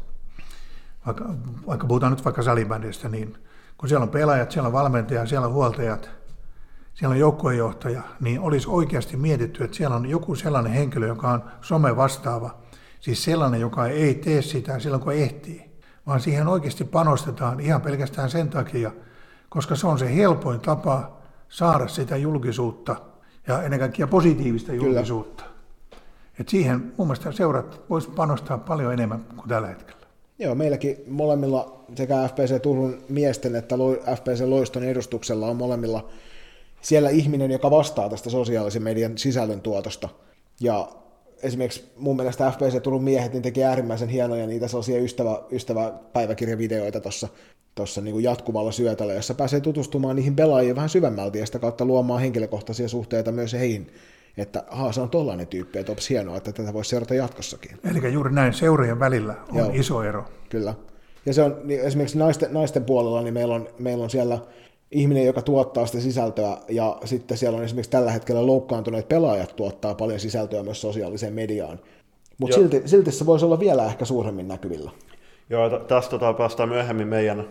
vaikka puhutaan nyt vaikka salibändistä, niin kun siellä on pelaajat, siellä on valmentajat, siellä on huoltajat, siellä on joukkuejohtaja, niin olisi oikeasti mietitty, että siellä on joku sellainen henkilö, joka on some vastaava, siis sellainen, joka ei tee sitä silloin, kun ehtii, vaan siihen oikeasti panostetaan ihan pelkästään sen takia, koska se on se helpoin tapa saada sitä julkisuutta ja ennen kaikkea positiivista julkisuutta. Et siihen mun mielestä seurat voisi panostaa paljon enemmän kuin tällä hetkellä. Joo, meilläkin molemmilla sekä FPC Turun miesten että FPC Loiston edustuksella on molemmilla siellä ihminen, joka vastaa tästä sosiaalisen median sisällön tuotosta. Ja esimerkiksi mun mielestä FPC Turun miehet niin teki äärimmäisen hienoja niitä sellaisia ystäväpäiväkirjavideoita tuossa niin kuin jatkuvalla syötöllä, jossa pääsee tutustumaan niihin pelaajiin vähän syvemmälti ja sitä kautta luomaan henkilökohtaisia suhteita myös heihin. Että se on tollainen tyyppi, että onpas hienoa, että tätä voisi seurata jatkossakin. Eli juuri näin, seurojen välillä on iso ero. Kyllä. Ja se on niin esimerkiksi naisten puolella, niin meillä on siellä ihminen, joka tuottaa sitä sisältöä, ja sitten siellä on esimerkiksi tällä hetkellä loukkaantuneet pelaajat tuottaa paljon sisältöä myös sosiaaliseen mediaan. Mutta silti se voisi olla vielä ehkä suuremmin näkyvillä. Joo, tästä päästään myöhemmin meidän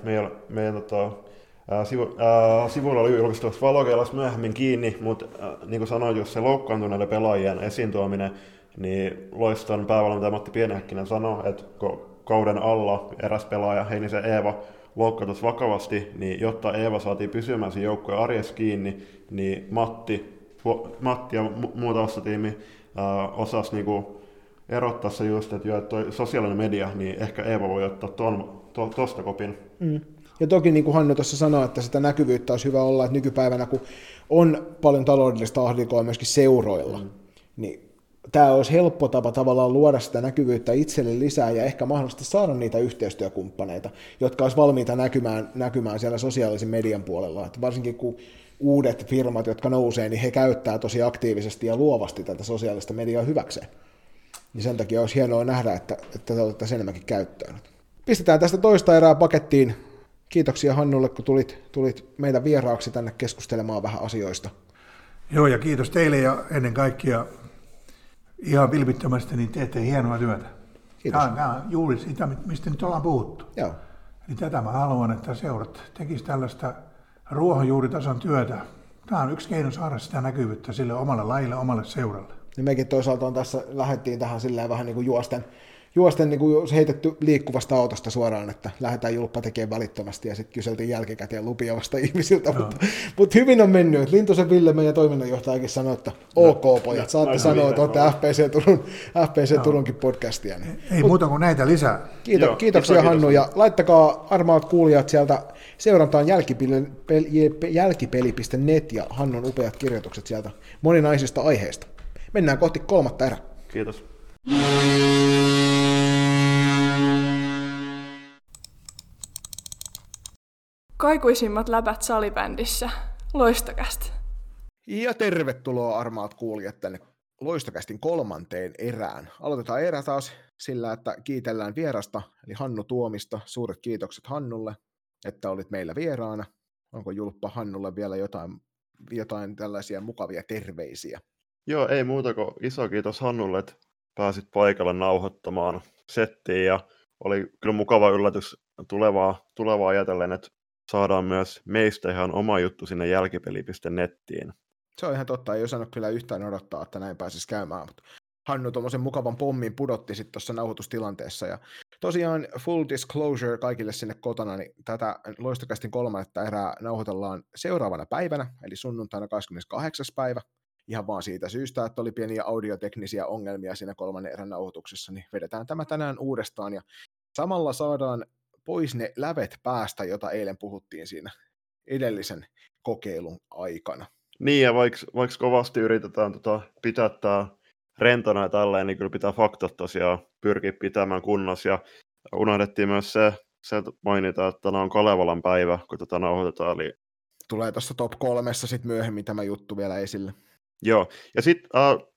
sivuilla oli julkistuvassa valokeilassa myöhemmin kiinni, mutta niin kuin sanoin, jos se loukkaantuneiden pelaajien esiin tuominen, niin Loiston päävalmentaja Matti Pienehäkkinen sanoi, että kauden alla eräs pelaaja Heinisen Eeva loukkaantui vakavasti, niin jotta Eeva saatiin pysymään siinä joukkueen arjessa kiinni, niin Matti ja muuta ostatiimi osasi niinku erottaa se just, että toi sosiaalinen media, niin ehkä Eeva voi ottaa tuosta kopin. Ja toki niin kuin Hannu tuossa sanoi, että sitä näkyvyyttä olisi hyvä olla, että nykypäivänä kun on paljon taloudellista ahdinkoa myöskin seuroilla, niin tämä olisi helppo tapa tavallaan luoda sitä näkyvyyttä itselle lisää ja ehkä mahdollisesti saada niitä yhteistyökumppaneita, jotka olisi valmiita näkymään siellä sosiaalisen median puolella. Että varsinkin kun uudet firmat, jotka nousee, niin he käyttää tosi aktiivisesti ja luovasti tätä sosiaalista mediaa hyväkseen. Niin sen takia olisi hienoa nähdä, että otettaisiin enemmänkin käyttöön. Pistetään tästä toista erää pakettiin. Kiitoksia Hannulle, kun tulit meidän vieraaksi tänne keskustelemaan vähän asioista. Joo, ja kiitos teille ja ennen kaikkea ihan vilpittömästi, niin teette hienoa työtä. Kiitos. Tämä on juuri sitä, mistä nyt ollaan puhuttu. Joo. Eli tätä mä haluan, että seurat tekisivät tällaista ruohonjuuritason työtä. Tämä on yksi keino saada sitä näkyvyyttä sille omalle lajille, omalle seuralle. Ja mekin toisaalta lähdettiin tähän silleen vähän niin kuin juosten niin kuin heitetty liikkuvasta autosta suoraan, että lähdetään Julppa tekemään välittömästi ja sitten kyseltiin jälkikäteen lupia vasta ihmisiltä, mutta hyvin on mennyt. Lintosen Ville, meidän toiminnanjohtajakin sanoi, että ok pojat, saatte sanoa, että olette FPC Turunkin podcastia. Niin. Ei muuta kuin näitä lisää. Kiitoksia Hannu ja laittakaa armaat kuulijat sieltä seurantaan jälkipeli.net ja Hannun upeat kirjoitukset sieltä moninaisista aiheista. Mennään kohti kolmatta erää. Kiitos. Kaikuisimmat läpät salibändissä. Loistokästä. Ja tervetuloa armaat kuulijat tänne Loistokästin kolmanteen erään. Aloitetaan erä taas sillä, että kiitellään vierasta, eli Hannu Tuomista. Suuret kiitokset Hannulle, että olit meillä vieraana. Onko Julppa Hannulle vielä jotain tällaisia mukavia terveisiä? Joo, ei muuta kuin iso kiitos Hannulle, että pääsit paikalle nauhoittamaan settiin ja oli kyllä mukava yllätys tulevaa ajatellen, että saadaan myös meistä ihan oma juttu sinne jälkipeli.nettiin. Se on ihan totta, ei osannut kyllä yhtään odottaa, että näin pääsisi käymään, mutta Hannu tuommoisen mukavan pommin pudotti sitten tuossa nauhoitustilanteessa. Ja tosiaan full disclosure kaikille sinne kotona, niin tätä Loistokästin kolmannetta erää nauhoitellaan seuraavana päivänä, eli sunnuntaina 28. päivä. Ihan vaan siitä syystä, että oli pieniä audioteknisiä ongelmia siinä kolmannen erän nauhoituksessa, niin vedetään tämä tänään uudestaan ja samalla saadaan pois ne lävet päästä, jota eilen puhuttiin siinä edellisen kokeilun aikana. Niin, ja vaikka kovasti yritetään pitää tämä rentona ja tälleen, niin kyllä pitää faktat tosiaan pyrkiä pitämään kunnossa. Ja unohdettiin myös se mainita, että tänään on Kalevalan päivä, kun tätä nauhoitetaan. Eli tulee tuossa top 3 sitten myöhemmin tämä juttu vielä esille. Joo, ja sitten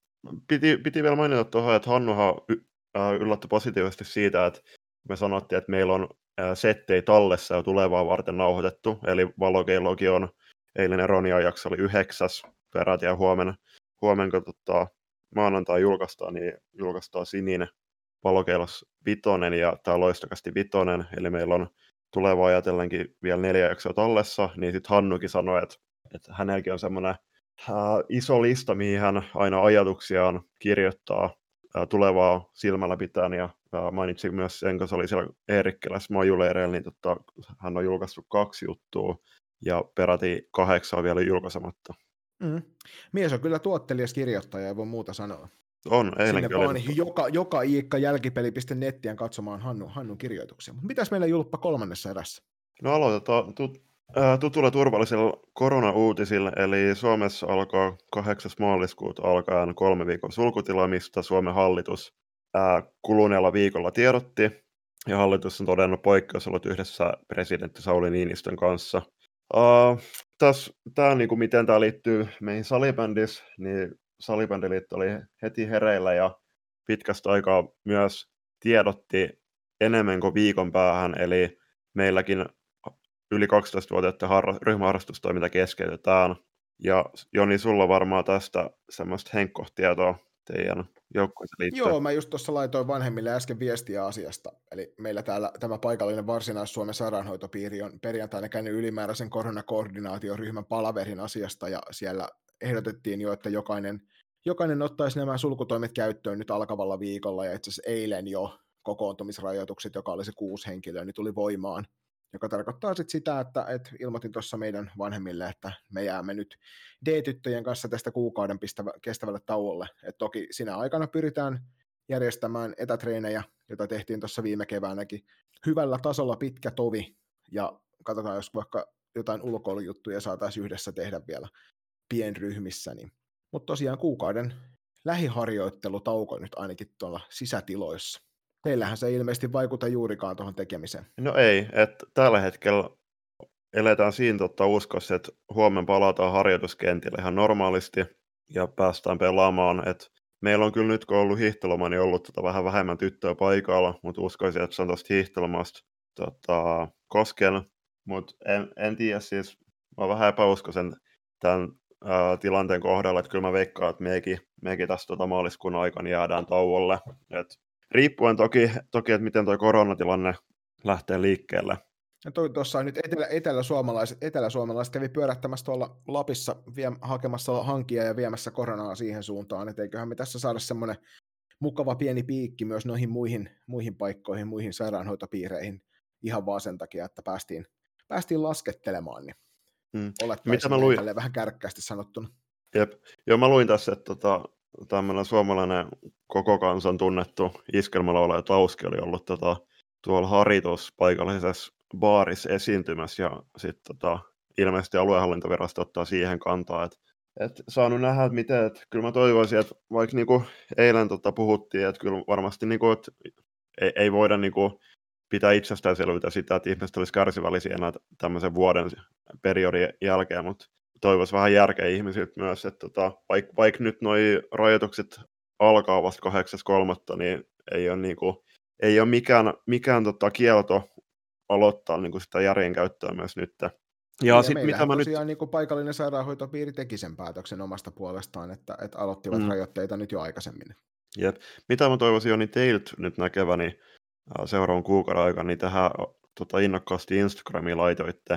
piti vielä mainita tuohon, että Hannuhan yllätti positiivisesti siitä, että me sanottiin, että meillä on settei tallessa jo tulevaa varten nauhoitettu, eli valokeilokin on eilinen Ronian jakso oli 9. peräti ja huomenna kun maanantai julkaistaan, niin julkaistaan sininen valokeilos 5 ja tämä Loistokästi 5, eli meillä on tulevaa ajatellenkin vielä 4 jaksoa tallessa, niin sitten Hannukin sanoi, että hänelläkin on semmoinen iso lista, mihin hän aina ajatuksiaan kirjoittaa tulevaa silmällä pitäen, ja mainitsin myös sen, kun se oli siellä Eerikkelässä majuleireillä, niin hän on julkaissut 2 juttua, ja peräti 8 on vielä julkaisematta. Mies on kyllä tuottelias kirjoittaja, ei voi muuta sanoa. On, eilenkin oli. Joka iikka jälkipeli.nettiin katsomaan Hannun kirjoituksia. Mutta mitäs meillä Julppa kolmannessa erässä? No aloitetaan Tutulla turvallisella korona-uutisilla, eli Suomessa alkaa 8. maaliskuuta alkaen 3 viikon sulkutila, mistä Suomen hallitus kuluneella viikolla tiedotti, ja hallitus on todennut poikkeusolot yhdessä presidentti Sauli Niinistön kanssa. Tämä niin kuin miten tämä liittyy meihin salibändissä, niin Salibändiliitto oli heti hereillä ja pitkästä aikaa myös tiedotti enemmän kuin viikon päähän, eli meilläkin yli 12-vuotiaiden ryhmäharrastustoiminta keskeytetään. Ja Joni, sulla varmaan tästä semmoista henkkohtietoa teidän joukkueeseen liittyen. Joo, mä just tuossa laitoin vanhemmille äsken viestiä asiasta. Eli meillä täällä tämä paikallinen Varsinais-Suomen sairaanhoitopiiri on perjantaina käynyt ylimääräisen koronakoordinaatioryhmän palaverin asiasta, ja siellä ehdotettiin jo, että jokainen ottaisi nämä sulkutoimet käyttöön nyt alkavalla viikolla, ja itse asiassa eilen jo kokoontumisrajoitukset, joka oli se 6 henkilöä, niin tuli voimaan, joka tarkoittaa sitten sitä, että ilmoitin tuossa meidän vanhemmille, että me jäämme nyt D-tyttöjen kanssa tästä kuukauden kestävälle tauolle. Et toki siinä aikana pyritään järjestämään etätreenejä, jota tehtiin tuossa viime keväänäkin. Hyvällä tasolla pitkä tovi, ja katsotaan, jos vaikka jotain ulkoilujuttuja saataisiin yhdessä tehdä vielä pienryhmissä. Niin. Mutta tosiaan kuukauden lähiharjoittelutauko nyt ainakin tuolla sisätiloissa. Teillähän se ei ilmeisesti vaikuta juurikaan tuohon tekemiseen. No ei, että tällä hetkellä eletään siinä uskossa, että huomenna palataan harjoituskentille ihan normaalisti ja päästään pelaamaan. Et meillä on kyllä nyt, kun on ollut hiihtoloma, niin ollut vähän vähemmän tyttöä paikalla, mutta uskoisin, että se on tuosta hiihtolomasta kosken. Mutta en tiedä, siis mä oon vähän epäuskoisen tämän tilanteen kohdalla, että kyllä mä veikkaan, että mekin tässä maaliskuun aikana jäädään tauolle. Et riippuen toki, että miten tuo koronatilanne lähtee liikkeelle. Tuossa nyt eteläsuomalaiset kävi pyörähtämässä tuolla Lapissa hakemassa hankia ja viemässä koronaa siihen suuntaan, että eiköhän me tässä saada semmoinen mukava pieni piikki myös noihin muihin paikkoihin, muihin sairaanhoitopiireihin ihan vaan sen takia, että päästiin laskettelemaan, niin olettaisiin vähän kärkkäästi sanottuna. Jep. Joo, mä luin tässä, että tämmöinen suomalainen koko kansan tunnettu iskelmälaulaja Tauski oli ollut tuolla Haritus paikallisessa baarissa esiintymässä, ja sitten ilmeisesti aluehallintovirasto ottaa siihen kantaa, että saanut nähdä, että miten, että kyllä mä toivoisin, että vaikka niinku eilen puhuttiin, että kyllä varmasti niinku, että ei voida niinku pitää itsestäänselvyyttä sitä, että ihmiset olisi kärsivällisiä enää tämmöisen vuoden periodin jälkeen, mutta toivoisi vähän järkeä ihmisiltä myös, että vaikka nyt nuo rajoitukset alkaa vasta 8.3., niin ei ole mikään kielto aloittaa niin kuin sitä järjen käyttöä myös nyt. Ja sitten mitä mä tosiaan niin paikallinen sairaanhoitopiiri teki sen päätöksen omasta puolestaan, että aloittivat rajoitteita nyt jo aikaisemmin. Jep. Mitä mä toivoisin jo niin teiltä nyt näkeväni seuraavan kuukauden aikana, niin tähän innokkaasti Instagramiin laitoitte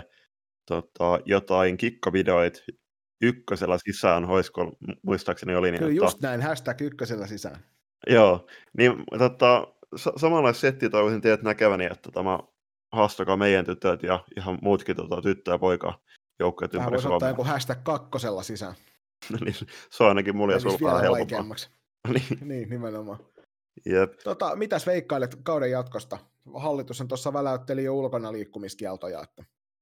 jotain kikkavideoita ykkösellä sisään, hoisko muistaakseni oli niin. Kyllä just näin, #ykkösellä sisään. Joo, niin samanlaista settiä toivoisin teidät näkeväni, että haastakaa meidän tytöt ja ihan muutkin tyttö- ja poika-joukkueet ympäri Suomea. Tähän voisi ottaa joku #2 sisään. Niin, se on ainakin mulla ja sulla vähän helpompaa. Niin, nimenomaan. Jep. Mitäs veikkailet kauden jatkosta? Hallitus on tuossa väläytteli jo ulkona liikkumiskieltoja. Että...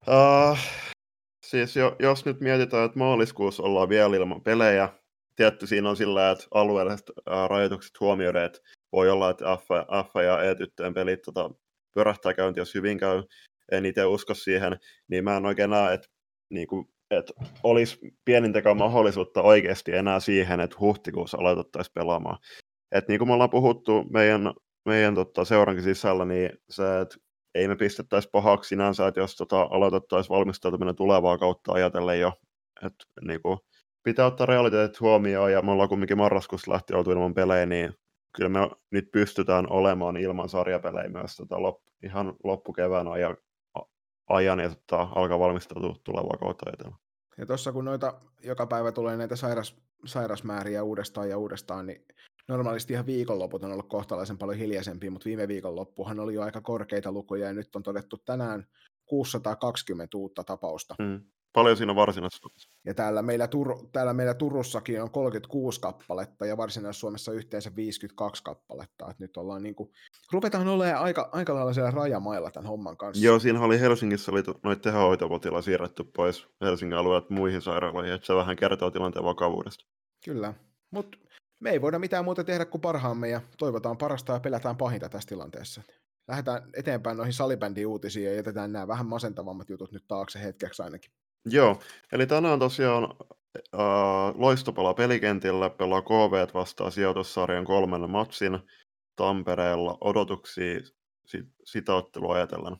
Siis jos nyt mietitään, että maaliskuussa ollaan vielä ilman pelejä, tietty siinä on sillä, että alueelliset rajoitukset huomioidaan, että voi olla, että F- ja E-tyttöjen pelit pyörähtää käynti, jos hyvin käy, en itse usko siihen, niin mä en oikein näe, että olisi pienintäkään mahdollisuutta oikeasti enää siihen, että huhtikuussa aloitettaisiin pelaamaan. Että niin kuin me ollaan puhuttu meidän seurankin sisällä, niin se, että ei me pistettäisi pahaksi sinänsä, että jos aloitettaisiin valmistautuminen tulevaa kautta ajatellen jo, että niin kuin pitää ottaa realiteetit huomioon, ja me ollaan kumminkin marraskuussa lähtien oltu ilman pelejä, niin kyllä me nyt pystytään olemaan ilman sarjapelejä myös ihan loppukevään ajan ja alkaa valmistautua tulevaa kautta ajatellen. Ja tuossa kun noita joka päivä tulee näitä sairasmääriä uudestaan, niin normaalisti ihan viikonloput on ollut kohtalaisen paljon hiljaisempia, mutta viime viikonloppuhan oli jo aika korkeita lukuja, ja nyt on todettu tänään 620 uutta tapausta Paljon siinä on Varsinais-Suomessa? Ja täällä meillä Turussakin on 36 kappaletta ja Varsinais-Suomessa yhteensä 52 kappaletta. Et nyt ollaan ruvetaan olemaan aika lailla siellä rajamailla tämän homman kanssa. Joo, siinä oli Helsingissä noita tehohoitopotilaita siirretty pois Helsingin alueelta muihin sairaaloihin, että se vähän kertoo tilanteen vakavuudesta. Kyllä, mutta me ei voida mitään muuta tehdä kuin parhaamme ja toivotaan parasta ja pelätään pahinta tässä tilanteessa. Lähdetään eteenpäin noihin salibändi-uutisiin ja jätetään nämä vähän masentavammat jutut nyt taakse hetkeksi ainakin. Joo, eli tänään tosiaan Loisto pelaa pelikentillä, pelaa KV vastaan sijoitussarjan 3. matsin Tampereella. Odotuksia sitä ottelua ajatellen.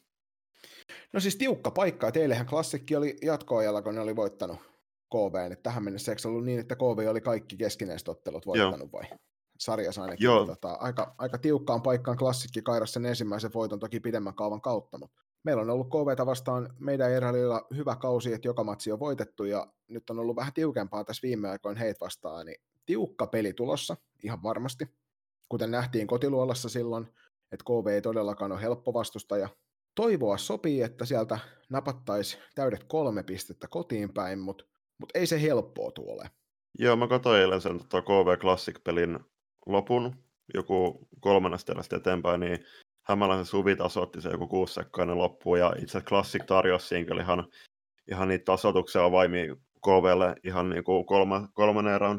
No siis tiukka paikka, että eilähän Klassikki oli jatkoajalla, kun ne oli voittanut KV:n, että tähän mennessä eikö ollut niin, että KV oli kaikki keskinäiset ottelut voittanut vai? Sarjas ainakin. Aika tiukkaan paikkaan Klassikki kairasi sen ensimmäisen voiton toki pidemmän kaavan kautta, mutta meillä on ollut KV:tä vastaan meidän eräillä hyvä kausi, että joka matsi on voitettu ja nyt on ollut vähän tiukempaa tässä viime aikoina heitä vastaan, niin tiukka peli tulossa ihan varmasti, kuten nähtiin Kotiluolassa silloin, että KV ei todellakaan ole helppo vastustaja. Toivoa sopii, että sieltä napattaisi täydet 3 pistettä kotiin päin, mutta ei se helppoa tuole. Joo, mä katsoin eilen sen KV Classic-pelin lopun, joku 3. erästä eteenpäin, niin Hämäläisen Suvi tasoitti se joku 6 sekkainen loppuun, ja itse asiassa Classic tarjosi siinä kyllä ihan niitä tasoituksia vaimia KVlle ihan niin kuin 3 erän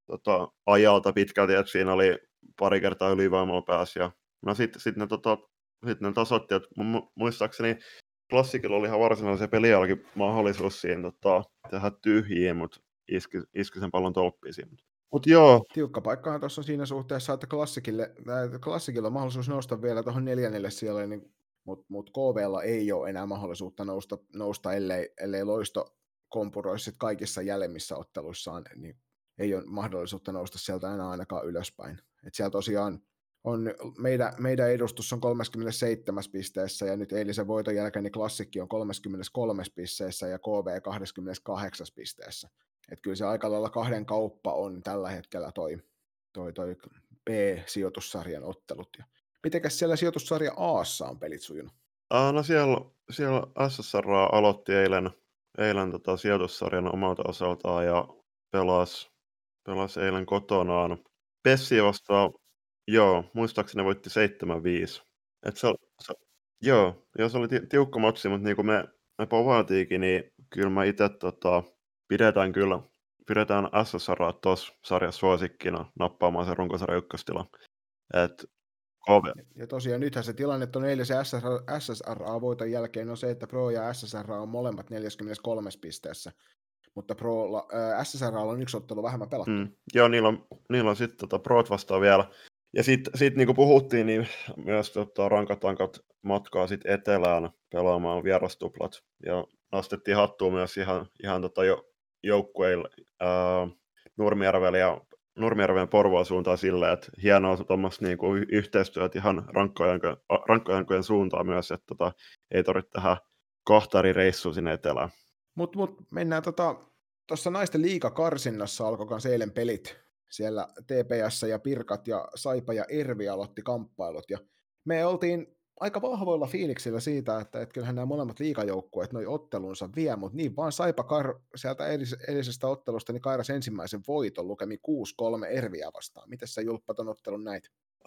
ajalta pitkälti, että siinä oli pari kertaa ylivoimalla pääsi, ja no sitten ne tasoitti, että muistaakseni Klassikilla oli ihan varsinaisen pelin jälkeen mahdollisuus siinä tehdä tyhjiä, mutta iski sen pallon tolppiin siinä. Mut joo. Tiukka paikkahan tuossa on siinä suhteessa, että Klassikilla on mahdollisuus nousta vielä tuohon 4. siellä, niin, mutta KVlla ei ole enää mahdollisuutta nousta ellei Loisto kompuroisi kaikissa jäljemmissä otteluissaan, niin ei ole mahdollisuutta nousta sieltä enää ainakaan ylöspäin. Et siellä tosiaan on meidän edustus on 37 pisteessä ja nyt eilisen voiton jälkeen niin Klassikki on 33 pisteessä ja KV 28 pisteessä. Että kyllä se aika lailla 2 kauppa on tällä hetkellä toi B-sijoitussarjan ottelut. Ja mitenkäs siellä sijoitussarja A:ssa on pelit sujunut? No siellä SSR aloitti eilen sijoitussarjan omalta osaltaan ja pelasi eilen kotonaan. Pessi vastaan, joo, muistaakseni voitti 7-5. Joo, se oli tiukka matsi, mutta niin kuin me povailtiinkin, niin kyllä mä itse pidetään SSR tuossa sarjassa suosikkina nappaamaan sen runkosarjan ykköstilan. Ja tosiaan nythän se tilanne on eilisen SSR-voiton jälkeen on se, että Pro ja SSR on molemmat 43 pisteessä, mutta SSR on 1 ottelu vähemmän pelattu. Joo, niillä on sitten Proot vastaan vielä. Ja sitten niin kuin puhuttiin, niin myös rankat matkaa sitten etelään pelaamaan vierastuplat. Ja nostettiin hattua myös ihan joukkueille Nurmijärvelle ja Nurmijärven Porvoon suuntaan silleen, että hienoa tuommoista niin kuin yhteistyötä ihan rankkojankojen suuntaan myös, että ei tarvitse tehdä 2 eri reissua sinne etelään. Mut mennään tuossa naisten liigakarsinnassa alkoi kans eilen pelit. Siellä TPS ja Pirkat ja Saipa ja Ervi aloitti kamppailut ja me oltiin aika vahvoilla fiiliksillä siitä, että kyllähän nämä molemmat liigajoukkueet noi ottelunsa vie, mutta niin vaan Saipa sieltä edellisestä ottelusta niin kairasi ensimmäisen voiton lukemin 6-3 Erviä vastaan. Miten sä Julppa ton ottelun näit?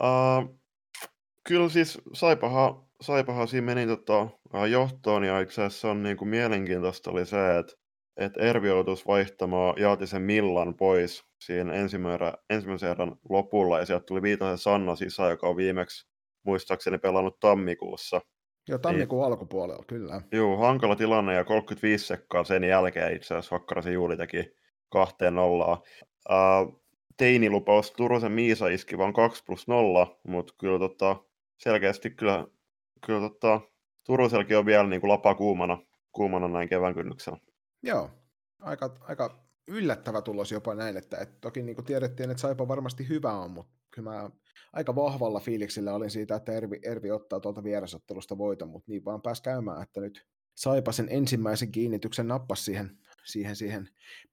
Kyllä siis Saipahan siinä meni johtoon ja itse asiassa on niin kuin mielenkiintoista oli se, että Ervi joutuisi vaihtamaan Jaatisen Millan pois siinä ensimmäisen erän lopulla ja sieltä tuli Viitasen Sanna sisään, joka on viimeksi muistaakseni pelannut tammikuussa. Joo, tammikuun alkupuolella, kyllä. Joo, hankala tilanne ja 35 sekkaa sen jälkeen itse asiassa Hakkaraisen Juuli teki 2-0. Teinilupaus Turusen Miisa iski vaan 2+0, mutta kyllä selkeästi kyllä Turusellakin on vielä niin kuin lapa kuumana näin kevään kynnyksellä. Joo, aika yllättävä tulos jopa näin, että toki niin kuin tiedettiin, että Saipa varmasti hyvä on, mutta kyllä mä aika vahvalla fiiliksellä olin siitä, että Ervi ottaa tuolta vierasottelusta voiton, mutta niin vaan pääsi käymään, että nyt Saipa sen ensimmäisen kiinnityksen nappasi siihen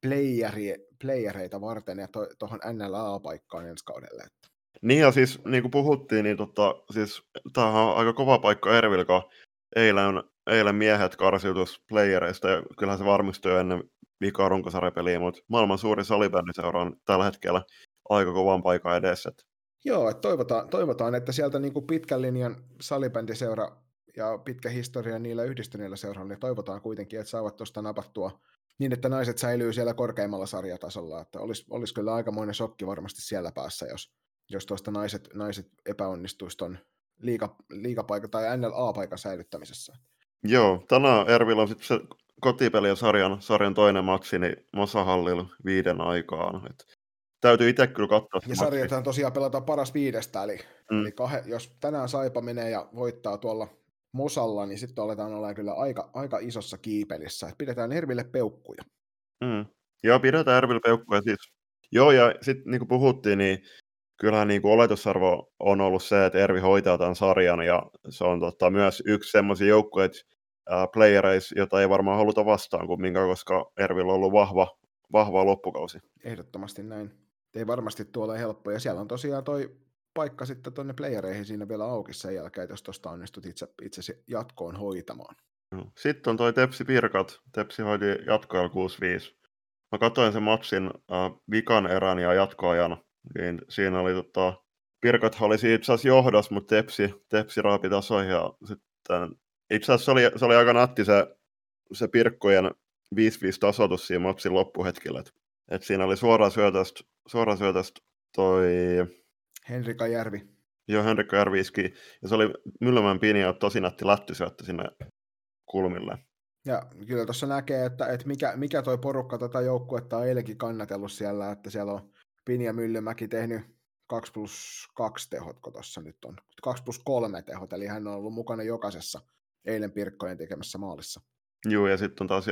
playereita varten ja tuohon NLA-paikkaan ensi kaudelle. Niin ja siis niin kuin puhuttiin, niin siis tämähän on aika kova paikka Ervilka. Eilen eilen miehet karsiutus playereista, ja kyllähän se varmistui jo ennen vikaa runkosarjapeliä, mutta maailman suuri salibändiseura on tällä hetkellä aika kovan paikan edessä. Joo, että toivotaan, että sieltä niin kuin pitkän linjan salibändiseura ja pitkä historia niillä yhdistyneillä seuroilla, niin toivotaan kuitenkin, että saavat tuosta napattua niin, että naiset säilyy siellä korkeimmalla sarjatasolla, että olisi kyllä aikamoinen shokki varmasti siellä päässä, jos tuosta naiset epäonnistuisi tuon liigapaikan tai NLA-paikan säilyttämisessä. Joo, tänään Ervillä on sitten se kotipeli ja sarjan toinen matsi, niin Mosahallilla 5 aikaan. Et täytyy itse kyllä katsoa se ja sarjathan tosiaan pelataan paras 5, eli jos tänään Saipa menee ja voittaa tuolla Mosalla, niin sitten aletaan olla kyllä aika isossa kiipelissä, että pidetään Erville peukkuja. Joo, pidetään Erville peukkuja siis. Joo, ja sitten niin kuin puhuttiin, niin kyllähän niin kuin oletusarvo on ollut se, että Ervi hoitaa tämän sarjan, ja se on myös yksi semmoisia joukkueita playereissa, jota ei varmaan haluta vastaan kumminkaan, koska Ervillä on ollut vahva loppukausi. Ehdottomasti näin. Ei varmasti tuolla helppo, ja siellä on tosiaan toi paikka sitten tuonne playereihin siinä vielä auki sen jälkeen, jos tuosta onnistut itse jatkoon hoitamaan. Sitten on toi Tepsi Pirkat. Tepsi hoiti jatkoajalla 6-5. Mä katsoin sen matsin vikan erän ja jatkoajan, niin siinä oli Pirkat oli itse asiassa johdossa, mutta Tepsi raapi tasoihin, ja sitten itse asiassa se oli aika nätti se Pirkkojen 5-5 tasoitus siinä matsin loppuhetkellä. Et siinä oli suoraan syötästä toi Henrika Järvi. Joo, Henrikka Järvi iski, ja se oli Myllymäen Pinja tosi nätti lättysyöttö sinne kulmille. Ja kyllä tuossa näkee, että mikä toi porukka tätä joukkuetta on eilenkin kannatellut siellä, että siellä on Pinja Myllymäki tehnyt 2+2 tehot, kun tuossa nyt on 2+3 tehot, eli hän on ollut mukana jokaisessa eilen Pirkkojen tekemässä maalissa. Joo, ja sitten on taas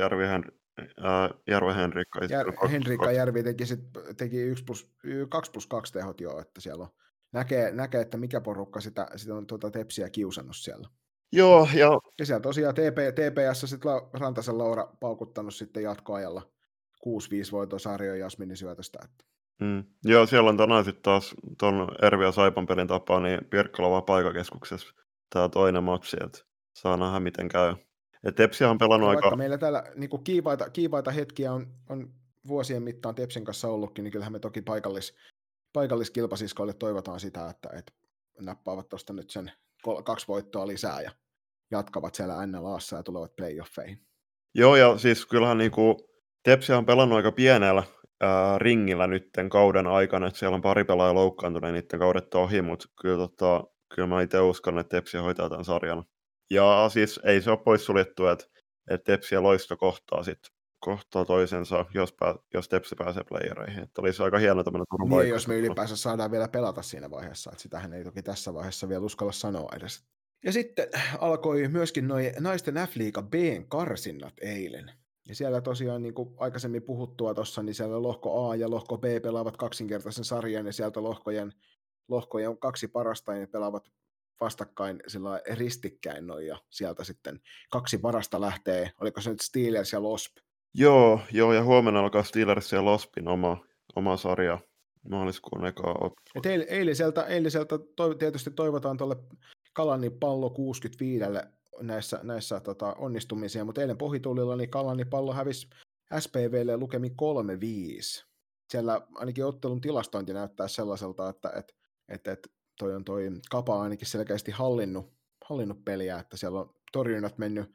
Järve Henrikka. Henrikka Järvi teki 2+2 tehot jo, että siellä on, näkee, että mikä porukka sitä on Tepsiä kiusannut siellä. Joo, ja siellä tosiaan TPS sitten Rantasen Laura paukuttanut sitten jatkoajalla 6-5 voitosarjoja Jasminin syötöstä. Joo, siellä on tänään sitten taas tuon Ervi ja Saipan pelin tapaa, niin Pirkkola Vapaikakeskuksessa tämä toinen matsi, että saa nähdä miten käy. Ja Tepsiä on pelannut vaikka aika... meillä täällä niin kuin kiivaita hetkiä on vuosien mittaan Tepsin kanssa ollutkin, niin kyllähän me toki paikalliskilpasiskoille toivotaan sitä, että nappaavat tuosta nyt sen 2 voittoa lisää ja jatkavat siellä NLAssa ja tulevat playoffeihin. Joo, ja siis kyllähän niinku Tepsiä on pelannut aika pienellä ringillä nytten kauden aikana, että siellä on pari pelaajaa loukkaantunut niiden kaudet ohi, mutta kyllä mä itse uskon, että Tepsiä hoitaa tämän sarjan. Ja siis ei se ole poissuljettu, että Tepsi ja Loisto kohtaa toisensa, jos Tepsi pääsee playereihin. Että olisi aika hieno tämmöinen Turun niin, jos me ylipäänsä saadaan vielä pelata siinä vaiheessa, että sitähän ei toki tässä vaiheessa vielä uskalla sanoa edes. Ja sitten alkoi myöskin noi naisten F-liiga B:n karsinnat eilen. Ja siellä tosiaan, niin kuin aikaisemmin puhuttua tuossa, niin siellä lohko A ja lohko B pelaavat kaksinkertaisen sarjan, ja sieltä lohkojen 2 parasta, ja ne pelaavat vastakkain sillä ristikkäin noin, ja sieltä sitten 2 parasta lähtee, oliko se nyt Steelers ja Losp? Joo, ja huomenna alkaa Steelers ja Lospin oma sarja maaliskuun eka ottelu. Eiliseltä tietysti toivotaan tuolle Kalanin pallo 65 näissä onnistumisia, mutta eilen Pohituulilla niin Kalanin pallo hävisi SPVlle lukemin 3-5. Siellä ainakin ottelun tilastointi näyttää sellaiselta, että toi Kapa on ainakin selkeästi hallinnut peliä, että siellä on torjunnat mennyt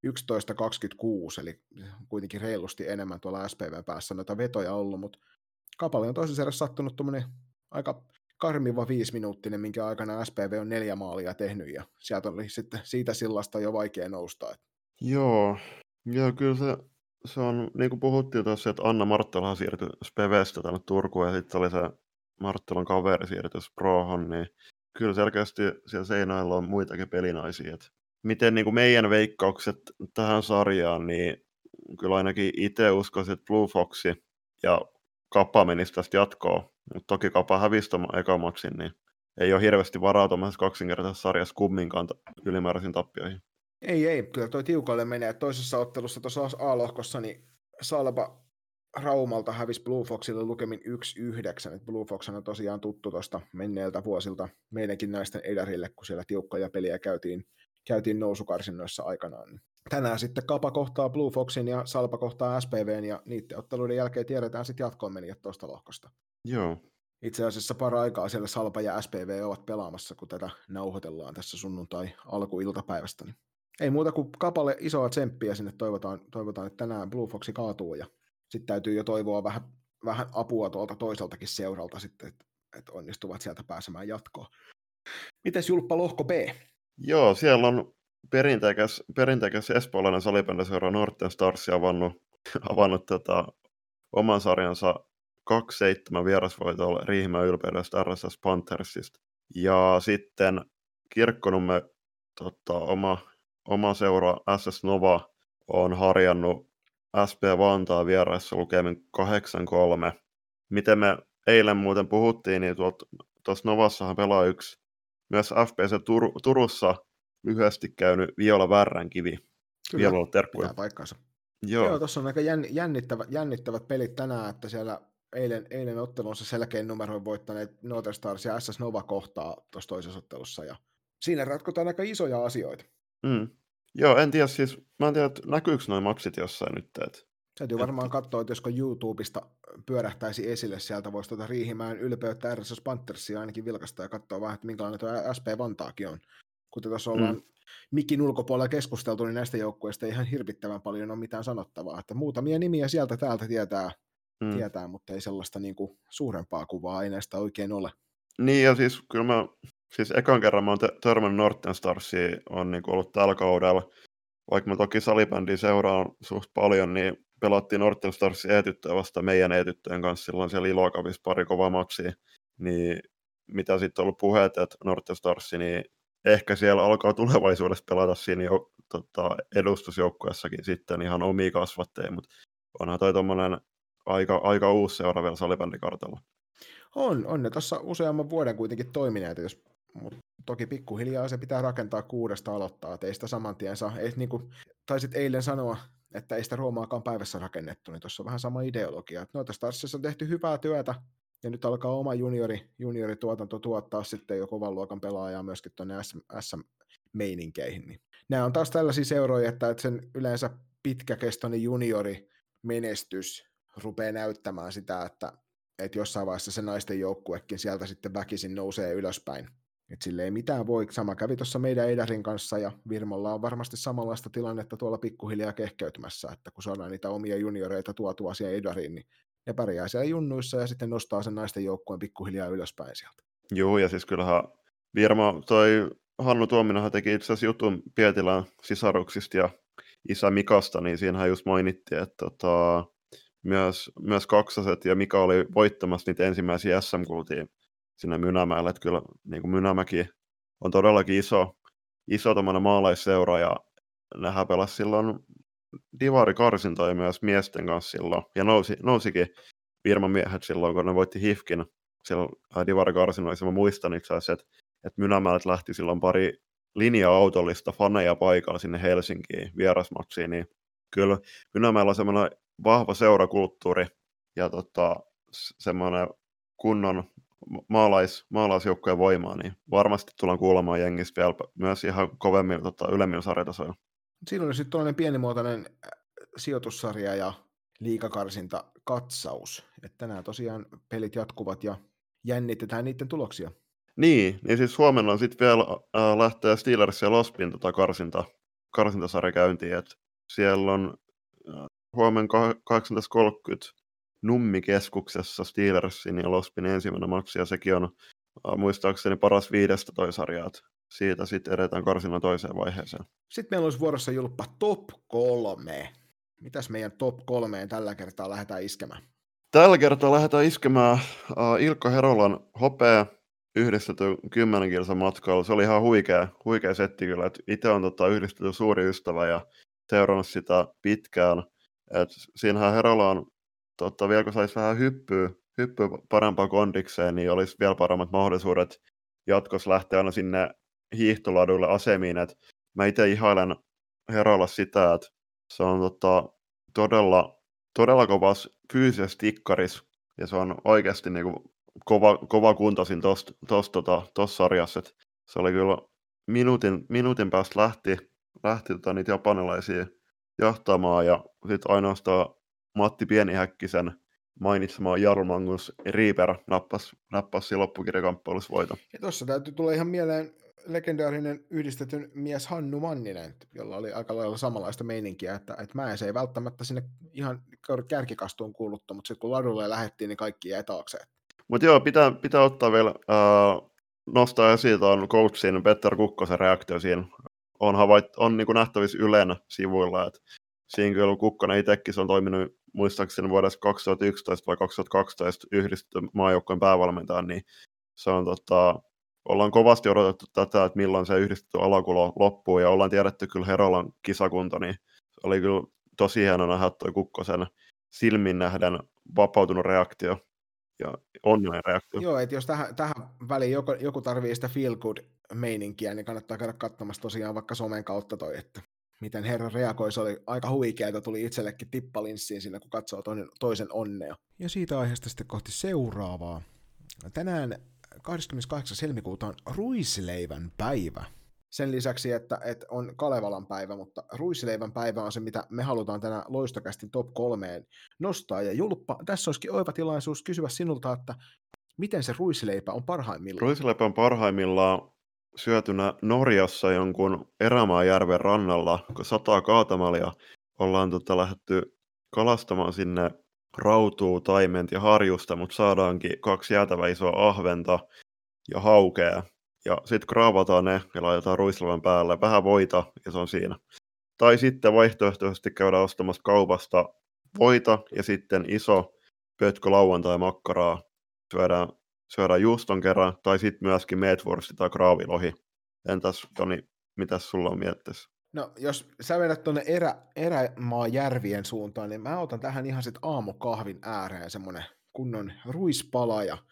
11-26, eli kuitenkin reilusti enemmän tuolla SPVn päässä noita vetoja ollut, mutta Kapalle on toisessa erässä sattunut tuommoinen aika karmiva 5-minuuttinen, minkä aikana SPV on 4 maalia tehnyt, ja sieltä oli sitten siitä sillasta jo vaikea nousta. Joo, ja kyllä se on, niin kuin puhuttiin tuossa, että Anna Marttalahan siirtyi SPVstä tänne Turkuun, ja sitten oli se Marttelan kaveri siirtyi Prohon, niin kyllä selkeästi siellä Seinäjoella on muitakin pelinaisia. Että miten niin kuin meidän veikkaukset tähän sarjaan, niin kyllä ainakin itse uskoisin, että Blue Foxi ja Kapa menisi tästä jatkoon, mutta toki Kapa hävisi tuon ekan matsin, niin ei ole hirveästi varautumassa kaksinkertaisessa sarjassa kumminkaan ylimääräisiin tappioihin. Ei, kyllä toi tiukalle menee. Toisessa ottelussa tuossa A-lohkossa, niin Salpa Raumalta hävisi Blue Foxille lukemin 1-9. Blue Fox on tosiaan tuttu tuosta menneiltä vuosilta meidänkin naisten edärille, kun siellä tiukkoja peliä käytiin käytiin nousukarsinnoissa aikanaan. Niin tänään sitten Kapa kohtaa Blue Foxin ja Salpa kohtaa SPVn, ja niiden otteluiden jälkeen tiedetään sitten jatkoon menijät tuosta lohkosta. Joo. Itse asiassa para-aikaa siellä Salpa ja SPV ovat pelaamassa, kun tätä nauhoitellaan tässä sunnuntai-alkuiltapäivästä. Niin ei muuta kuin Kapalle isoa tsemppiä sinne toivotaan, että tänään Blue Foxi kaatuu, ja sitten täytyy jo toivoa vähän apua tuolta toiseltakin seuralta sitten, että onnistuvat sieltä pääsemään jatkoon. Mites Julppa lohko B? Joo, siellä on perinteikäs espoolainen salibändiseura Northern Stars avannut oman sarjansa 2-7 vierasvoitolla Riihimäen ylpeydestä RSS Panthersista. Ja sitten Kirkkonummen oma seura SS Nova on harjannut SP Vantaa vieraissa lukemin 8-3. Miten me eilen muuten puhuttiin, niin tuossa Novassahan pelaa yksi myös FPC Turussa lyhyesti käynyt Viola Värränkivi. Violalla terkkuja. Pitää paikkansa. Joo, tuossa on aika jännittävät pelit tänään, että siellä eilen ottelunsa selkein numeroin voittaneet Northern Stars ja SS Nova kohtaa tuossa toisessa ottelussa, ja siinä ratkotaan aika isoja asioita. Joo, en tiedä siis, mä en tiedä, että näkyykö noin matsit jossain nyt, Täytyy varmaan katsoa, että josko YouTubesta pyörähtäisi esille, sieltä voisi Riihimäen ylpeyttä RSS Panthersia ainakin vilkasta ja katsoa vähän, että minkälainen tuo SP Vantaakin on. Kuten tuossa ollaan mikin ulkopuolella keskusteltu, niin näistä joukkueista ei ihan hirvittävän paljon ole mitään sanottavaa. Että muutamia nimiä sieltä täältä tietää, mutta ei sellaista niin kuin suurempaa kuvaa ei näistä oikein ole. Niin, ja siis kyllä ekan kerran mä oon törmännyt Northern Starsiin, on niin ollut tällä kaudella. Vaikka mä toki salibändiä seuraan suht paljon, niin pelattiin Northern Starsin E-tyttöä vasta meidän E-tyttöjen kanssa silloin siellä Ilokapissa pari kovaa matsia. Niin mitä sitten on ollut puheet, että Northern Starsi, niin ehkä siellä alkaa tulevaisuudessa pelata siinä edustusjoukkueessakin sitten ihan omia kasvatteja, mutta onhan toi tommonen aika uusi seura vielä salibändikartalla. On ne tuossa useamman vuoden kuitenkin toimineet, mutta toki pikkuhiljaa se pitää rakentaa kuudesta aloittaa, että ei sitä saman tien saa, niin kuin taisit eilen sanoa, että ei sitä Roomaakaan päivässä rakennettu, niin tuossa on vähän sama ideologia, että noita Starsissa on tehty hyvää työtä, ja nyt alkaa oma juniorituotanto tuottaa sitten jo kovan luokan pelaajaa myöskin tuonne SM-meininkeihin. Niin nämä on taas tällaisia seuroja, että sen yleensä pitkäkestoinen juniorimenestys rupeaa näyttämään sitä, että jossain vaiheessa se naisten joukkuekin sieltä sitten väkisin nousee ylöspäin. Että sille ei mitään voi. Sama kävi tuossa meidän Eidarin kanssa, ja Virmolla on varmasti samanlaista tilannetta tuolla pikkuhiljaa kehkeytymässä, että kun saadaan niitä omia junioreita tuotua siihen Eidariin, niin ne pärjää siellä junnuissa ja sitten nostaa sen naisten joukkueen pikkuhiljaa ylöspäin sieltä. Joo, ja siis kyllähän Virmo, toi Hannu Tuominahan teki itse asiassa jutun Pietilän sisaruksista ja isä Mikasta, niin siinähän just mainittiin, että myös Kaksaset ja Mika oli voittamassa niitä ensimmäisiä SM-kultia sinne Mynämäelle, että kyllä niin kuin Mynämäki on todellakin iso tommoinen maalaisseura, ja nehän pelasi silloin divarikarsintoja myös miesten kanssa silloin, ja nousikin Virman miehet silloin, kun ne voitti HIFKin silloin divarikarsinnoissa. Mä muistan itse asiassa, että Mynämäeltä lähti silloin pari linja-autollista faneja paikalla sinne Helsinkiin vierasmatsiin, niin kyllä Mynämäellä on semmoinen vahva seurakulttuuri ja semmoinen kunnon maalaisjoukkojen voimaa, niin varmasti tullaan kuulemaan jengistä vielä myös ihan kovemmilla ylemmillä sarjatasoilla. Siinä oli sitten tuollainen pienimuotoinen sijoitussarja ja liigakarsinta katsaus, että tänään tosiaan pelit jatkuvat ja jännitetään niiden tuloksia. Niin siis huomenna on sitten vielä lähtee Steelers ja Lospin karsintasarja käyntiin, että siellä on huomenna 18.30 Nummikeskuksessa Steelersin ja Lospin ensimmäinen matsi, ja sekin on muistaakseni paras 15 sarjaa. Siitä sitten edetään karsinnan toiseen vaiheeseen. Sitten meillä olisi vuorossa Julppa top 3. Mitäs meidän top 3 tällä kertaa lähdetään iskemään? Tällä kertaa lähdetään iskemään Ilkka Herolan hopea yhdistetty 10 kilsan matkalla. Se oli ihan huikea setti kyllä. Itse on yhdistetty suuri ystävä ja seurannut sitä pitkään. Siinähän Herola on vielä kun saisi vähän hyppyä parempaan kondikseen, niin olisi vielä paremmat mahdollisuudet jatkossa lähteä aina sinne hiihtoladuille asemiin. Et mä itse ihailen Herolla sitä, että se on todella kovas fyysisessä tikkaris, ja se on oikeasti niinku kova kuntoisin tuossa sarjassa. Et se oli kyllä minuutin päästä lähti niitä japanilaisia jahtamaan, ja sitten ainoastaan Matti Pienihäkkisen mainitsema Jarl Magnus Reaper nappasi loppukirjakamppailussa voiton. Ja tuossa täytyy tulla ihan mieleen legendaarinen yhdistetyn mies Hannu Manninen, jolla oli aika lailla samanlaista meininkiä, että Mäes ei välttämättä sinne ihan kärkikastuun kuuluttu, mutta sitten kun ladulle lähdettiin, niin kaikki jäi taakse. Mutta joo, pitää ottaa vielä nostaa esiin tuon coachin Petter Kukkosen reaktio siinä. On niin kuin nähtävissä Ylen sivuilla, että siinä kyllä Kukkonen itsekin on toiminut muistaakseni vuodessa 2011 vai 2012 yhdistetty maajoukkojen päävalmentajan, niin se on ollaan kovasti odotettu tätä, että milloin se yhdistetty alakulo loppuu, ja ollaan tiedetty kyllä Herolan kisakunta, niin oli kyllä tosi hieno nähdä toi Kukkosen silmin nähden vapautunut reaktio ja onnellinen reaktio. Joo, että jos tähän väliin joku tarvii sitä feel good meininkiä, niin kannattaa käydä katsomassa tosiaan vaikka somen kautta toi, että miten herra reagoi. Se oli aika huikeaa, tuli itsellekin tippalinssiin siinä, kun katsoo toisen onnea. Ja siitä aiheesta sitten kohti seuraavaa. Tänään 28. helmikuuta on ruisleivän päivä. Sen lisäksi, että on Kalevalan päivä, mutta ruisleivän päivä on se, mitä me halutaan tänään Loistokästin top 3 nostaa. Ja Julppa, tässä olisikin oiva tilaisuus kysyä sinulta, että miten se ruisleipä on parhaimmillaan? Ruisleipä on parhaimmillaan syötynä Norjassa jonkun Erämaajärven rannalla, kun sataa kaatamalla, ja ollaan lähdetty kalastamaan sinne rautuu, taiment ja harjusta, mutta saadaankin 2 jäätävää isoa ahventa ja haukea. Ja sitten kraavataan ne ja laitetaan ruisleivän päälle vähän voita, ja se on siinä. Tai sitten vaihtoehtoisesti käydään ostamassa kaupasta voita ja sitten iso pötkö lauantai-makkaraa syödään juuston kerran, tai sitten myöskin meetwursti tai kraavilohi. Entäs Joni, mitäs sulla on mietteessä? No, jos sä vedät tuonne Erämaajärvien suuntaan, niin mä otan tähän ihan sit aamukahvin ääreen semmonen kunnon ruispala ja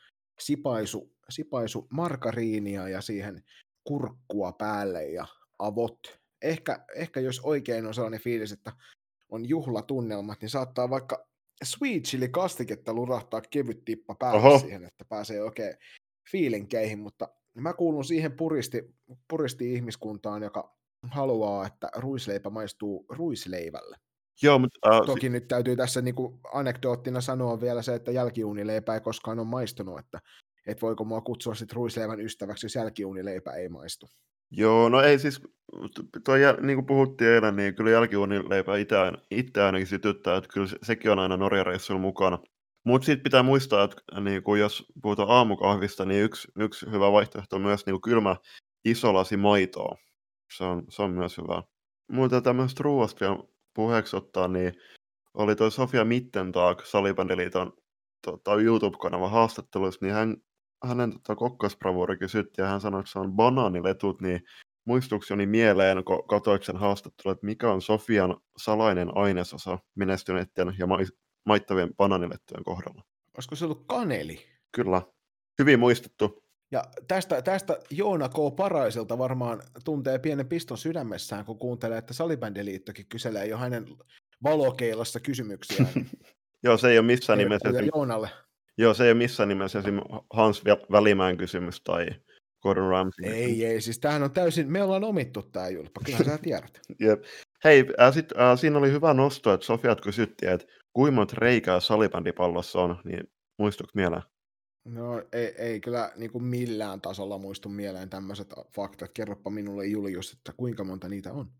sipaisu margariinia ja siihen kurkkua päälle ja avot. Ehkä jos oikein on sellainen fiilis, että on juhlatunnelmat, niin saattaa vaikka sweet chili kastiketta lurahtaa kevyt tippa päälle siihen, että pääsee oikein fiilinkeihin, mutta mä kuulun siihen puristi ihmiskuntaan, joka haluaa, että ruisleipä maistuu ruisleivälle. Joo, mutta, Toki nyt täytyy tässä niinku anekdoottina sanoa vielä se, että jälkiuunileipä ei koskaan ole maistunut, että voiko mua kutsua sit ruisleivän ystäväksi, jos jälkiuunileipä ei maistu. Joo, no ei siis, niin kuin puhuttiin eilen, niin kyllä jälkiuunileipä itse ainakin sytyttää, että kyllä sekin on aina Norjan reissuilla mukana. Mutta sitten pitää muistaa, että niin kuin jos puhutaan aamukahvista, niin yksi hyvä vaihtoehto on myös niin kuin kylmä iso lasi maitoa. Se on myös hyvä. Mutta tämmöistä ruuasta vielä puheeksi ottaa, niin oli toi Sofia Mittentag, Salibändiliiton YouTube-kanavan haastatteluissa, niin hänen kokkasbravuuri kysyttiin, ja hän sanoi, että se on banaaniletut, niin muistuuko Joni mieleen, kun katsoit sen haastattelun, että mikä on Sofian salainen ainesosa menestyneiden ja maittavien banaanilettujen kohdalla? Olisiko se ollut kaneli? Kyllä, hyvin muistettu. Ja tästä Joona K. Paraisilta varmaan tuntee pienen piston sydämessään, kun kuuntelee, että Salibändiliittokin kyselee jo hänen valokeilassa kysymyksiä. Joo, se ei ole missään nimessä. Joonalle. Joo, se ei ole missään nimessä esimerkiksi Hans Välimäen kysymys tai Gordon Ramsay. Ei, siis tämähän on täysin, me ollaan omittu tämä Julppa, kyllähän sä tiedät. Jep. Hei, siinä oli hyvä nosto, että Sofiat kysyttiin, että kuinka monta reikää salibändipallossa on, niin muistuuko mieleen? No ei kyllä niin kuin millään tasolla muistu mieleen tämmöiset faktat. Kerropa minulle Julius, että kuinka monta niitä on?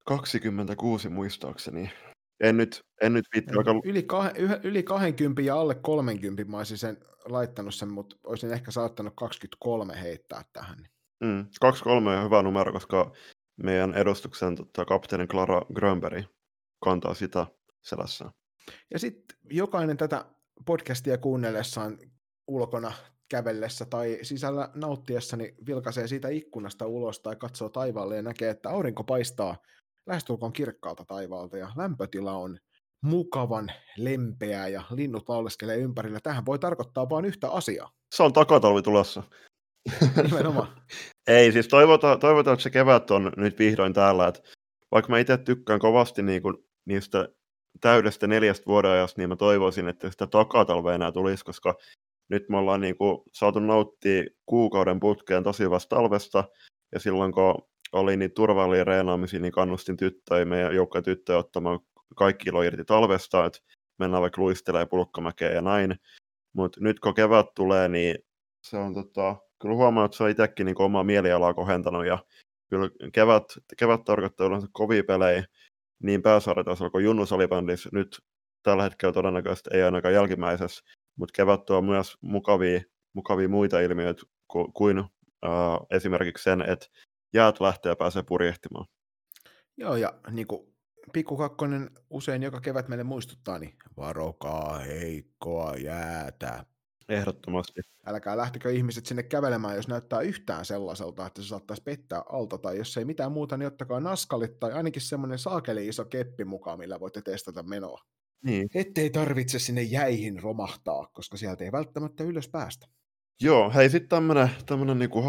26 muistaakseni. En nyt viitti Yli 20 ja alle 30 mä olisin sen laittanut sen, mutta olisin ehkä saattanut 23 heittää tähän. 23 on hyvä numero, koska meidän edustuksen kapteeni Clara Grönberg kantaa sitä selässään. Ja sitten jokainen tätä podcastia kuunnellessaan ulkona kävellessä tai sisällä nauttiessa, niin vilkaisee siitä ikkunasta ulos tai katsoo taivaalle ja näkee, että aurinko paistaa lähestulkoon kirkkaalta taivaalta ja lämpötila on mukavan lempeää ja linnut lauleskelee ympärillä. Tähän voi tarkoittaa vain yhtä asiaa. Se on takatalvi tulossa. Nimenomaan. Ei, siis toivotaan, että se kevät on nyt vihdoin täällä. Että vaikka mä itse tykkään kovasti niistä täydestä 4 vuoden ajasta, niin mä toivoisin, että sitä takatalvea enää tulisi, koska nyt me ollaan niinku saatu nauttia kuukauden putkeen tosi hyvästä talvesta, ja silloin kun oli niitä turvallisia reenaamisia, niin kannustin meidän joukkojen tyttöjä ottamaan kaikki ilo irti talvesta, että mennään vaikka luistelemaan pulkkamäkeen ja näin. Mutta nyt kun kevät tulee, niin se on kyllä huomaa, että se on itsekin niin omaa mielialaa kohentanut, ja kyllä kevät tarkoittaa yleensä kovia pelejä niin pääsarjatasolla kuin junnusalibändissä. Nyt tällä hetkellä todennäköisesti ei ainakaan jälkimmäisessä, mutta kevät tuo myös mukavia muita ilmiöitä kuin esimerkiksi sen, että jäät lähtee ja pääsee purjehtimaan. Joo, ja niin kuin Pikku Kakkonen usein joka kevät meille muistuttaa, niin varokaa heikkoa jäätä. Ehdottomasti. Älkää lähtekö ihmiset sinne kävelemään, jos näyttää yhtään sellaiselta, että se saattaisi pettää alta, tai jos ei mitään muuta, niin ottakaa naskalit tai ainakin semmoinen saakeli iso keppi mukaan, millä voitte testata menoa. Niin. Ettei tarvitse sinne jäihin romahtaa, koska sieltä ei välttämättä ylös päästä. Joo, hei sitten tämmönen niinku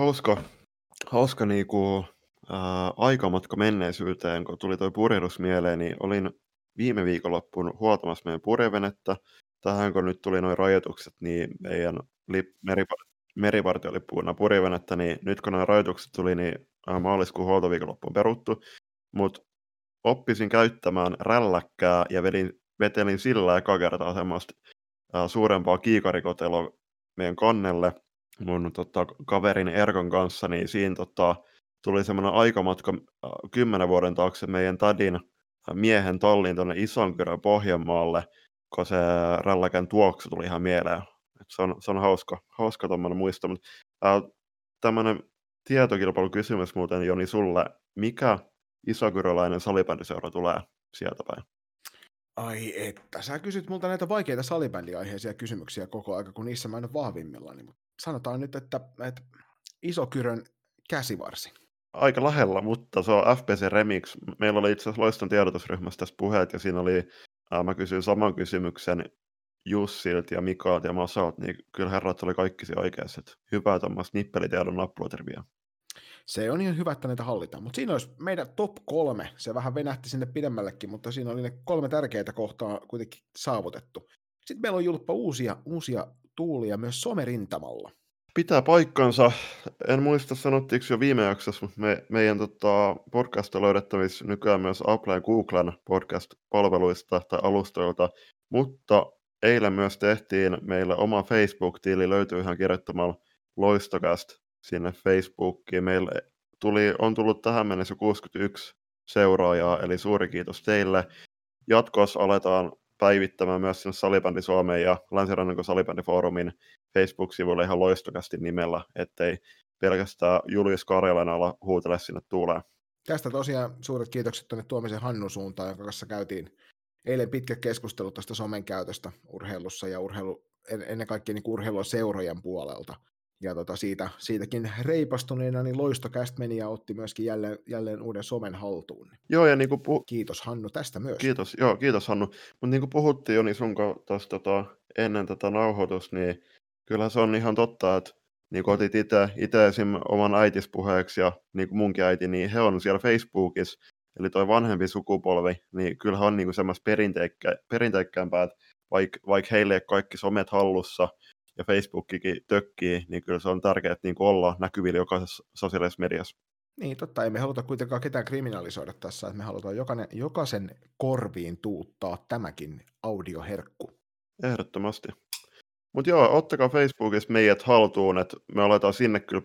hauska niinku, aikamatka menneisyyteen, kun tuli toi purjehdus mieleen, niin olin viime viikonloppuun huoltamassa meidän purjevenettä. Tähän kun nyt tuli nuo rajoitukset, niin meidän merivartiolippuuna purjevenettä, niin nyt kun nämä rajoitukset tuli, niin maaliskuun huoltoviikonloppu on peruttu, mutta oppisin käyttämään rälläkkää ja vetelin sillä eka kertaa semmoista suurempaa kiikarikotelua meidän kannelle mun kaverin Erkon kanssa, niin siinä tuli semmoinen aikamatka 10 vuoden taakse meidän Tadin miehen talliin tuonne Isonkyrön Pohjanmaalle, kun se rälläkän tuoksu tuli ihan mieleen. Se on hauska tommoinen muisto, mutta tämmöinen tietokilpailukysymys muuten, Joni, sulle. Mikä isokyroläinen salibändiseura tulee sieltä päin? Ai että, sä kysyt multa näitä vaikeita salibändiaiheisia kysymyksiä koko aika, kun niissä mä en ole vahvimmillani. Sanotaan nyt, että Isokyrön käsivarsi. Aika lähellä, mutta se on FPC Remix. Meillä oli itse asiassa Loiston tiedotusryhmässä tässä puheet, ja siinä oli, mä kysyin saman kysymyksen Jussilta ja Mikalta ja Masalta, niin kyllä herrat oli kaikki se oikeassa. Hyvää tämmöistä nippelitiedon uploadervia. Se on ihan hyvä, että näitä hallitaan, mutta siinä olisi meidän top 3. Se vähän venähti sinne pidemmällekin, mutta siinä oli ne 3 tärkeitä kohtaa kuitenkin saavutettu. Sitten meillä on Julppa uusia tuulia myös somerintamalla. Pitää paikkansa. En muista sanottiinko jo viime jaksossa, mutta meidän podcast on löydettävissä nykyään myös Apple ja Googlen podcast-palveluista tai alustoilta, mutta eilen myös tehtiin meille oma Facebook-tili, löytyy ihan kirjoittamalla Loistocast sinne Facebookiin. Meille on tullut tähän mennessä 61 seuraajaa, eli suuri kiitos teille. Jatkossa aletaan päivittämään myös sinne Salibändi Suomeen ja Länsirannikon Salibändifoorumin Facebook-sivuille ihan Loistocastin nimellä, ettei pelkästään Julius Karjalan ala huutele sinne tuuleen. Tästä tosiaan suuret kiitokset tuonne Tuomisen Hannun suuntaan, jonka kanssa käytiin eilen pitkä keskustelu tästä somen käytöstä urheilussa ja ennen kaikkea niin urheilua seurojen puolelta. Ja siitäkin reipastuneena niin Loistocast meni ja otti myöskin jälleen uuden somen haltuun. Joo, ja niin kiitos Hannu tästä myös. Kiitos Hannu. Mutta niin kuin puhuttiin jo, niin sun kanssa ennen tätä nauhoitusta, niin kyllä se on ihan totta, että niin kuin otit itse esim. Oman äitispuheeksi ja niin kuin munkin äiti, niin he on siellä Facebookissa, eli toi vanhempi sukupolvi, niin kyllä he on niin kuin semmoista perinteikkäämpää, että vaikka heille ei kaikki somet hallussa, ja Facebookikin tökkii, niin kyllä se on tärkeää niin olla näkyvillä jokaisessa sosiaalisessa mediassa. Niin, totta. Ei me haluta kuitenkaan ketään kriminalisoida tässä, että me halutaan jokaisen korviin tuuttaa tämäkin audioherkku. Ehdottomasti. Mutta joo, ottakaa Facebookissa meidät haltuun, että me aletaan sinne kyllä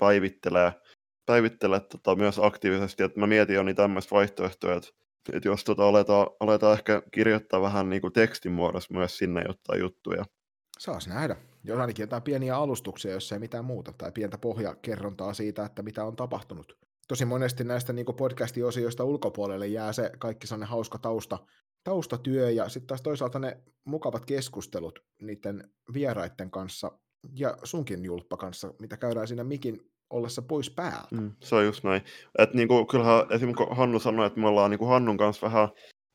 päivittelee myös aktiivisesti, että mä mietin jo niin tämmöistä vaihtoehtoja, että jos aletaan ehkä kirjoittaa vähän niin kuin tekstin muodossa myös sinne jotain juttuja. Saas nähdä. Jos ainakin jotain pieniä alustuksia, jos ei mitään muuta, tai pientä pohjakerrontaa siitä, että mitä on tapahtunut. Tosi monesti näistä niin kuin podcasti-osioista ulkopuolelle jää se kaikki sellainen hauska taustatyö, ja sitten taas toisaalta ne mukavat keskustelut niiden vieraiden kanssa, ja sunkin Julppa kanssa, mitä käydään siinä mikin ollessa pois päältä. Se on just näin. Että niinku, kyllähän esimerkiksi Hannu sanoi, että me ollaan niinku Hannun kanssa vähän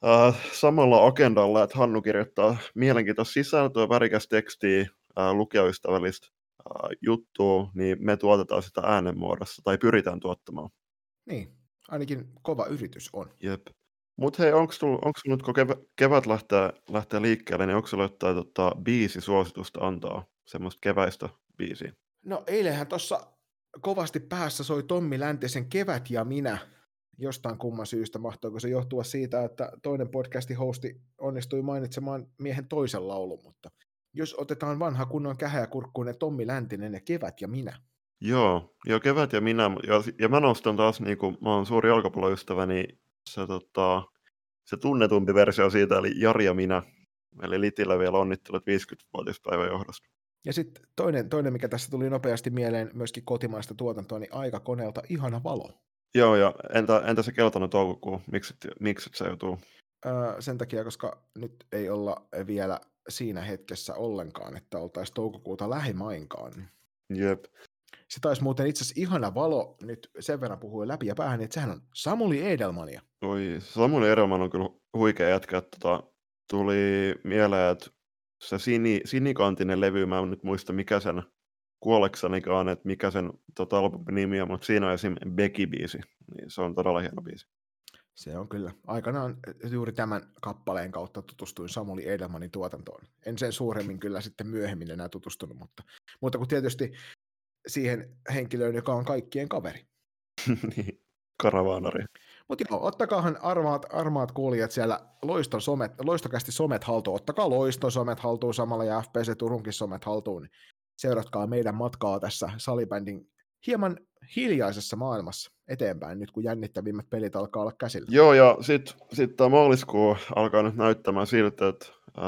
samalla agendalla, että Hannu kirjoittaa mielenkiintoista sisältöä, värikäs tekstiä, lukijaystävällistä juttua, niin me tuotetaan sitä äänen muodossa, tai pyritään tuottamaan. Niin, ainakin kova yritys on. Jep. Mutta hei, onko sulla nyt, kun kevät lähtee liikkeelle, niin onko sulla jotain biisisuositusta antaa semmoista keväistä biisiä? No eilenhän tuossa kovasti päässä soi Tommi Läntisen Kevät ja minä. Jostain kumman syystä, mahtoiko se johtua siitä, että toinen podcastin hosti onnistui mainitsemaan miehen toisen laulun, mutta jos otetaan vanha kunnon kähäjäkurkkuinen Tommi Läntinen ja Kevät ja minä. Joo, Kevät ja minä, ja mä nostan taas, niin kuin mä oon suuri jalkapalloystävä, niin se tunnetumpi versio siitä, eli Jari ja minä, eli Litillä vielä onnittelut 50-vuotispäivän johdosta. Ja sitten toinen, mikä tässä tuli nopeasti mieleen, myöskin kotimaista tuotantoa, niin Aikakoneelta Ihana valo. Joo, ja entä se keltainen toukokuu, miksi se joutuu? Sen takia, koska nyt ei olla vielä siinä hetkessä ollenkaan, että oltaisiin toukokuuta lähimainkaan. Jep. Se taisi muuten itse asiassa Ihana valo, nyt sen verran puhuin läpi ja päähän, että sehän on Samuli Edelmania. Oi, Samuli Edelman on kyllä huikea jätkä, että tuli mieleen, että se sinikantinen levy, mä en nyt muista mikä sen kuoleksanikaan, että mikä sen albumin nimi on, mutta siinä on esim. Becky-biisi, niin se on todella hieno biisi. Se on kyllä. Aikanaan juuri tämän kappaleen kautta tutustuin Samuli Edelmanin tuotantoon. En sen suuremmin kyllä sitten myöhemmin enää tutustunut, mutta kun tietysti siihen henkilöön, joka on kaikkien kaveri. Niin, karavaanari. Mutta joo, ottakaahan armaat kuulijat siellä Loistokästi somet haltuun. Ottakaa Loiston somet haltuun samalla ja FPC Turunkin somet haltuun. Niin seuratkaa meidän matkaa tässä salibändin hieman hiljaisessa maailmassa eteenpäin, nyt kun jännittävimmät pelit alkaa olla käsillä. Joo, ja sitten tämä maaliskuu alkaa nyt näyttämään siltä, että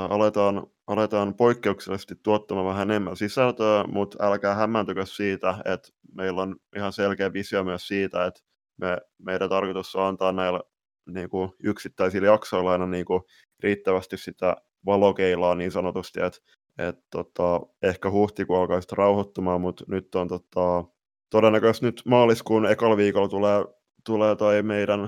aletaan poikkeuksellisesti tuottamaan vähän enemmän sisältöä, mutta älkää hämmääntykö siitä, että meillä on ihan selkeä visio myös siitä, että meidän tarkoitus on antaa näillä niin kuin yksittäisillä jaksoilla aina niin kuin riittävästi sitä valokeilaa niin sanotusti, että ehkä huhtikuu alkaa sitten rauhoittumaan, mutta nyt on todennäköisesti nyt maaliskuun ekalla viikolla tulee toi meidän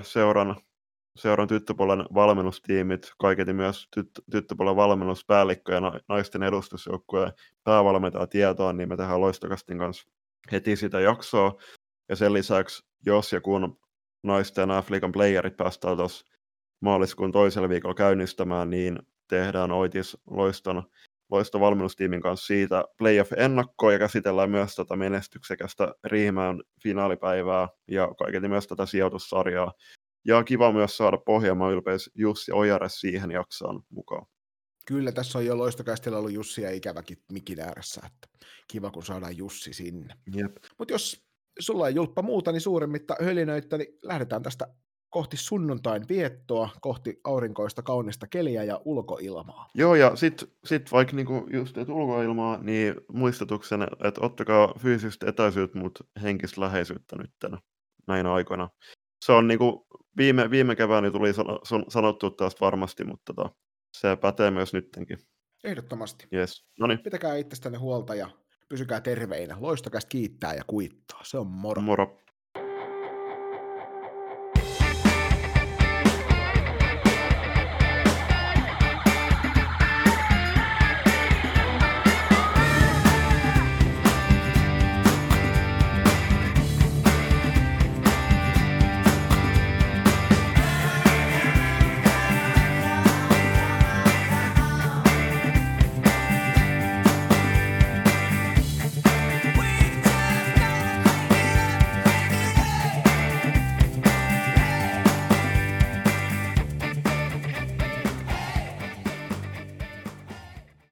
seuran tyttöpuolen valmennustiimit, kaiketi myös tyttöpuolen valmennuspäällikkö ja naisten edustusjoukkueen päävalmentaja tietoon, niin me tehdään Loistokastin kanssa heti sitä jaksoa. Ja sen lisäksi, jos ja kun naisten F-liigan playerit päästään tuossa maaliskuun toisella viikolla käynnistämään, niin tehdään Oitis Loiston valmennustiimin kanssa siitä playoff-ennakkoa ja käsitellään myös tätä menestyksekästä Riihimäen finaalipäivää ja kaiketi myös tätä sijoitussarjaa. Ja kiva myös saada Pohjanmaan ylpeys Jussi Ojares siihen jaksoon mukaan. Kyllä, tässä on jo Loistokästillä ollut Jussi ja ikäväkin mikin ääressä, että kiva kun saadaan Jussi sinne. Mutta jos sulla ei julppa muuta, niin suuremmitta hölinöitä, niin lähdetään tästä kohti sunnuntain viettoa, kohti aurinkoista kaunista keliä ja ulkoilmaa. Joo, ja sit vaikka niinku just ulkoilmaa, niin muistutuksena, että ottakaa fyysistä etäisyyttä, mutta henkistä läheisyyttä nyt näinä aikoina. Se on niinku viime keväänä tuli sanottu taas varmasti, mutta se pätee myös nyttenkin. Ehdottomasti. Yes. Noniin. Pitäkää itsestänne huolta ja pysykää terveinä. Loistokästä kiittää ja kuittaa. Se on moro. Moro.